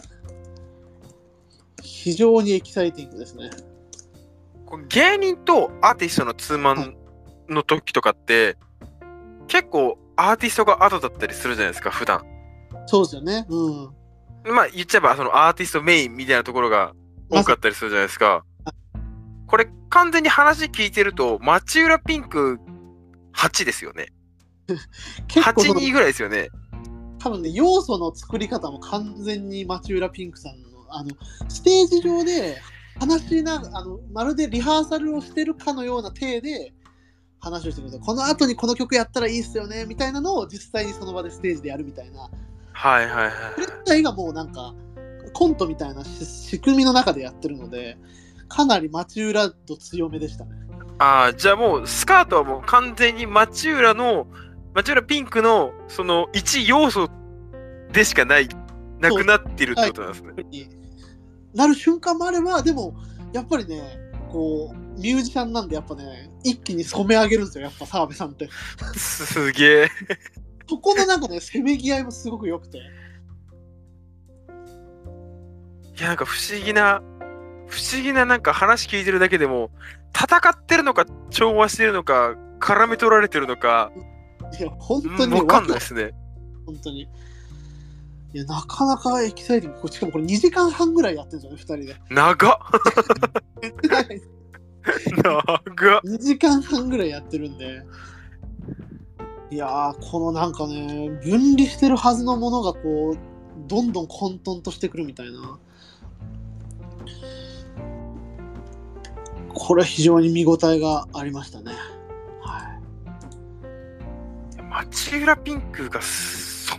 A: 非常にエキサイティングですね。
B: 芸人とアーティストのツーマンの時とかって、結構アーティストが後だったりするじゃないですか、普段。
A: そうですよね。
B: まあ言っちゃえばそのアーティストメインみたいなところが多かったりするじゃないですか。これ完全に話聞いてると町浦ピンク8ですよね。8、2ぐらいですよね。
A: 多分ね、要素の作り方も完全に町浦ピンクさんのステージ上で話しなまるでリハーサルをしてるかのような体で話をしてください。この後にこの曲やったらいいっすよねみたいなのを実際にその場でステージでやるみたいな
B: はいはいはい。
A: それ自体がもうなんかコントみたいな仕組みの中でやってるので、かなり町浦度強めでしたね。
B: ああ、じゃあもうスカートはもう完全に町浦ピンクのその一要素でしかない、なくなってるってことなんですね。
A: なる瞬間もあれば、でもやっぱりね、こうミュージシャンなんでやっぱね、一気に染め上げるんですよ、やっぱ澤部さんって。
B: すげえ。
A: そこのなんかね、せめぎ合いもすごく良くて。
B: いや、なんか不思議ななんか話聞いてるだけでも、戦ってるのか、調和してるのか、絡め取られてるのか、
A: いや、本当にね、
B: わかんないですね。
A: 本当に。いや、なかなかエキサイティング。しかもこれ2時間半ぐらいやってるんですよね、2人で。
B: 長っ長っ
A: 2時間半ぐらいやってるんで。いやー、このなんかね、分離してるはずのものがこう、どんどん混沌としてくるみたいな。これ非常に見応えがありましたね。はい。
B: 町浦ピンクがそ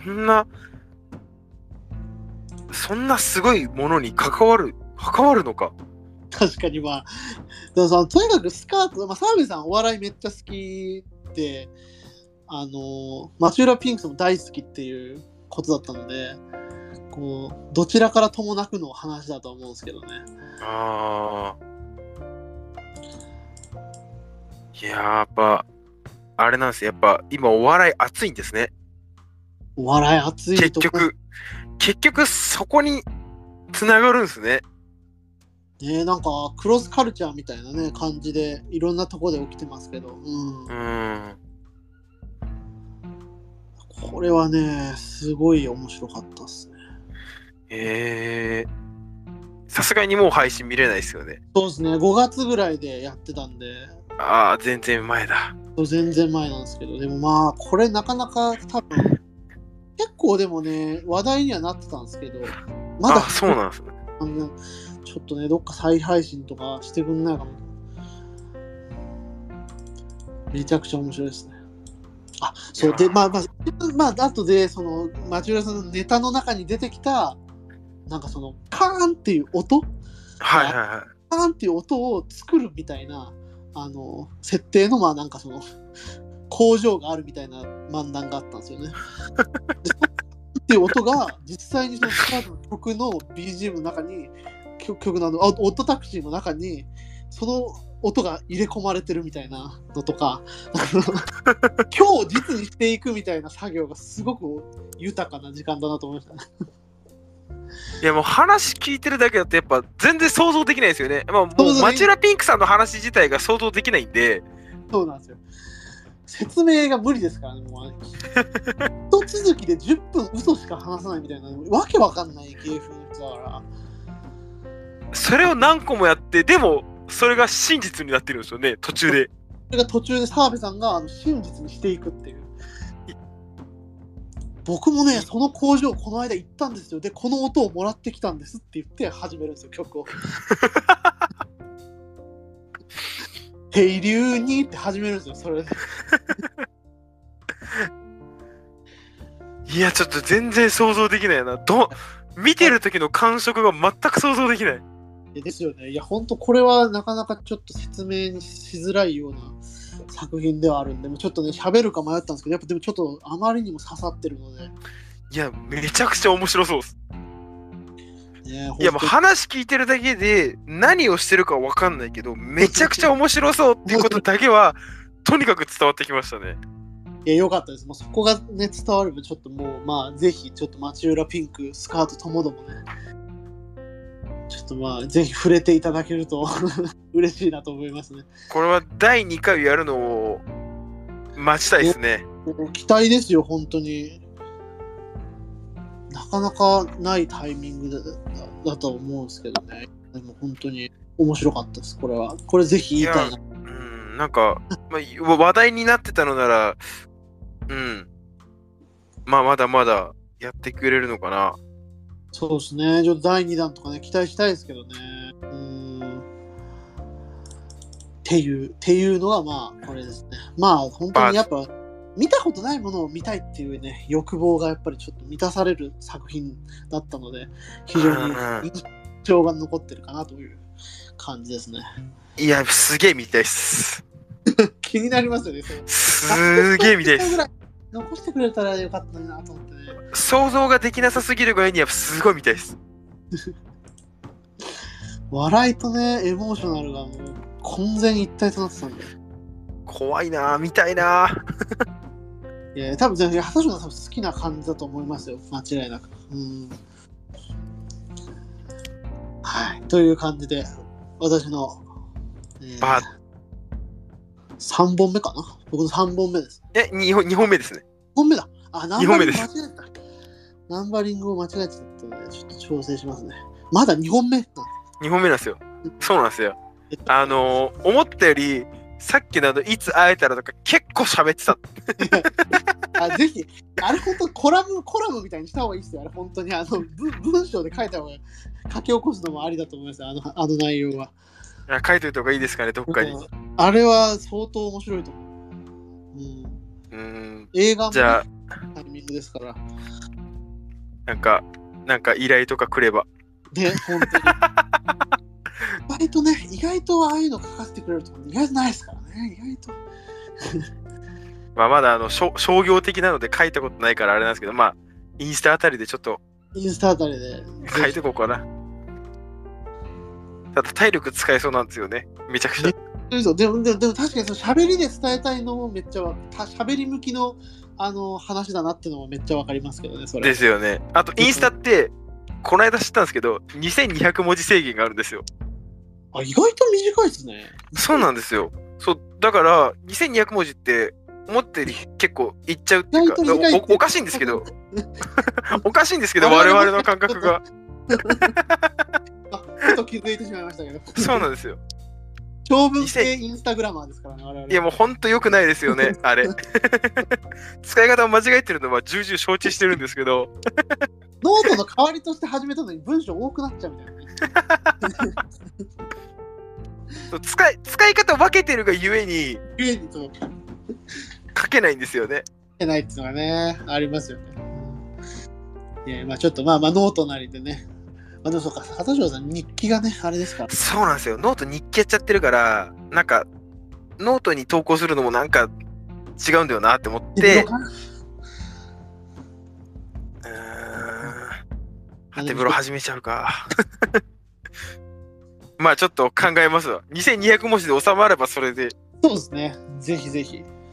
B: んなすごいものに関わるのか。
A: 確かにまあ、でもとにかくスカート、澤部さんお笑いめっちゃ好きで、町浦ピンクスも大好きっていうことだったので、こうどちらからともなくの話だと思うんですけどね。
B: ああ。いややっぱあれなんですよ。やっぱ今お笑い熱いんですね。
A: お笑い熱いとこ。
B: 結局そこにつながるんですね。
A: ね、なんかクロスカルチャーみたいなね感じでいろんなとこで起きてますけど、これはねすごい面白かったっすね。
B: さすがにもう配信見れないですよね。
A: そうですね、5月ぐらいでやってたんで。
B: ああ、全然前だ。
A: 全然前なんですけど、でもまあこれなかなか多分結構でもね話題にはなってたんですけど、まだ
B: そうなんですね。
A: ちょっとねどっか再配信とかしてくんないかも。めちゃくちゃ面白いですね。そうで、まあ後でその町浦さんのネタの中に出てきたなんかそのカーンっていう音、
B: はいはいはい。
A: カーンっていう音を作るみたいな設定のまあなんかその工場があるみたいな漫談があったんですよね。っていう音が実際にそのスカートの曲の BGM の中に曲のオットタクシーの中にその音が入れ込まれてるみたいなのとか今日実にしていくみたいな作業がすごく豊かな時間だなと思いましたね。
B: いやもう話聞いてるだけだとやっぱ全然想像できないですよね。まあ、もう町浦ピンクさんの話自体が想像できないんで。
A: そうなんですよ。説明が無理ですからね、もう一続きで10分嘘しか話さないみたいなわけわかんない芸風だから。
B: それを何個もやって、でもそれが真実になってるんですよね、途中で。
A: それが途中で澤部さんが真実にしていくっていう。僕もね、その工場この間行ったんですよ。で、この音をもらってきたんですって言って始めるんですよ、曲を。平流にって始めるんですよ、それで。
B: いや、ちょっと全然想像できないな。見てる時の感触が全く想像できない。
A: ですよね。いや、ほんとこれはなかなかちょっと説明にしづらいような作品ではあるんで、ちょっとね、喋るか迷ったんですけど、やっぱでもちょっとあまりにも刺さってるので。
B: いや、めちゃくちゃ面白そうです。
A: ね、
B: いや、もう話聞いてるだけで何をしてるか分かんないけど、めちゃくちゃ面白そうっていうことだけは、とにかく伝わってきましたね。
A: いや、よかったです。もうそこがね、伝われば、ちょっともう、まあ、ぜひ、ちょっと町浦ピンク、スカートともどもね、ちょっとまあ、ぜひ触れていただけると嬉しいなと思いますね。
B: これは第2回やるのを待ちたいですね。
A: 期待ですよ、本当に。なかなかないタイミングだと思うんですけどね。でも本当に面白かったです、これは。これぜひ言いたいな。
B: なんか、話題になってたのなら、まあ、まだまだやってくれるのかな。
A: そうですね。ちょっと第2弾とかね、期待したいですけどね。っていうのがまあこれですね。まあ本当にやっぱ見たことないものを見たいっていうね、欲望がやっぱりちょっと満たされる作品だったので、非常に印象が残ってるかなという感じですね。
B: いや、すげえ見たいっす。
A: 気になりますよね。
B: すげえ見たいっす。
A: 残してくれたらよかったなと思ってね。
B: 想像ができなさすぎるぐらいにはすごい見たいっす。
A: 笑いとね、エモーショナルがもう混然一体となってたんで。
B: 怖いなぁ、見たいなぁ。
A: いや、多分、畑中さん好きな感じだと思いますよ。間違いなく。はい。という感じで、私の、3本目かな。僕の3本目です。
B: 2本目ですね。
A: 2本目だ。
B: 2本目です。
A: ナンバリングを間違えてたので、ちょっと調整しますね。まだ2本目。
B: 2本目なんですよ。そうなんですよ。思ったより、さっきのいつ会えたらとか結構喋ってた。
A: ぜひ、あれ本当コラムみたいにした方がいいですよ。あれ本当に文章で書いた方が書き起こすのもありだと思います。あの内容は。
B: 書いといた方がいいですかね、どっかに。
A: あれは相当面白いと思う。映画も、ね、タイミングですから。
B: なんか依頼とかくれば。
A: ね、本当に。意外とああいうの書かせてくれると意外とないですからね。意外と。
B: まだ商業的なので書いたことないからあれなんですけど、インスタあたりでちょっと。
A: インスタあたりで。
B: 書いてこうかな。ただ体力使えそうなんですよね。めちゃくちゃ。
A: でも確かに喋りで伝えたいのもめっちゃ喋り向きの話だなっていうのもめっちゃわかりますけどね。それ
B: ですよね。あとインスタってこの間知ったんですけど2200文字制限があるんですよ。
A: 意外と短いですね。
B: そうなんですよ。そうだから2200文字って思ったより結構いっちゃうっていうかおかしいんですけどおかしいんですけど我々の感覚が
A: ちょっと気づいてしまいましたけど。
B: そうなんですよ。
A: 長文系インスタグラマーですからね、我々。
B: いやもうほんと良くないですよね、あれ。使い方を間違えてるのは重々承知してるんですけど。
A: ノートの代わりとして始めたのに文章多くなっちゃうみたいなね。
B: 使い方分けてるがゆえに書けないんですよね。
A: 書けないっていうのがね、ありますよね。いや、ちょっとノートなりでね。でもそうか、畑中さん日記がね、あれですから。
B: そうなんですよ。ノート日記やっちゃってるから、ノートに投稿するのも違うんだよなって思って。手風呂始めちゃうか。ちょっと考えますわ。2200文字で収まればそれで。
A: そうですね。ぜひぜひ。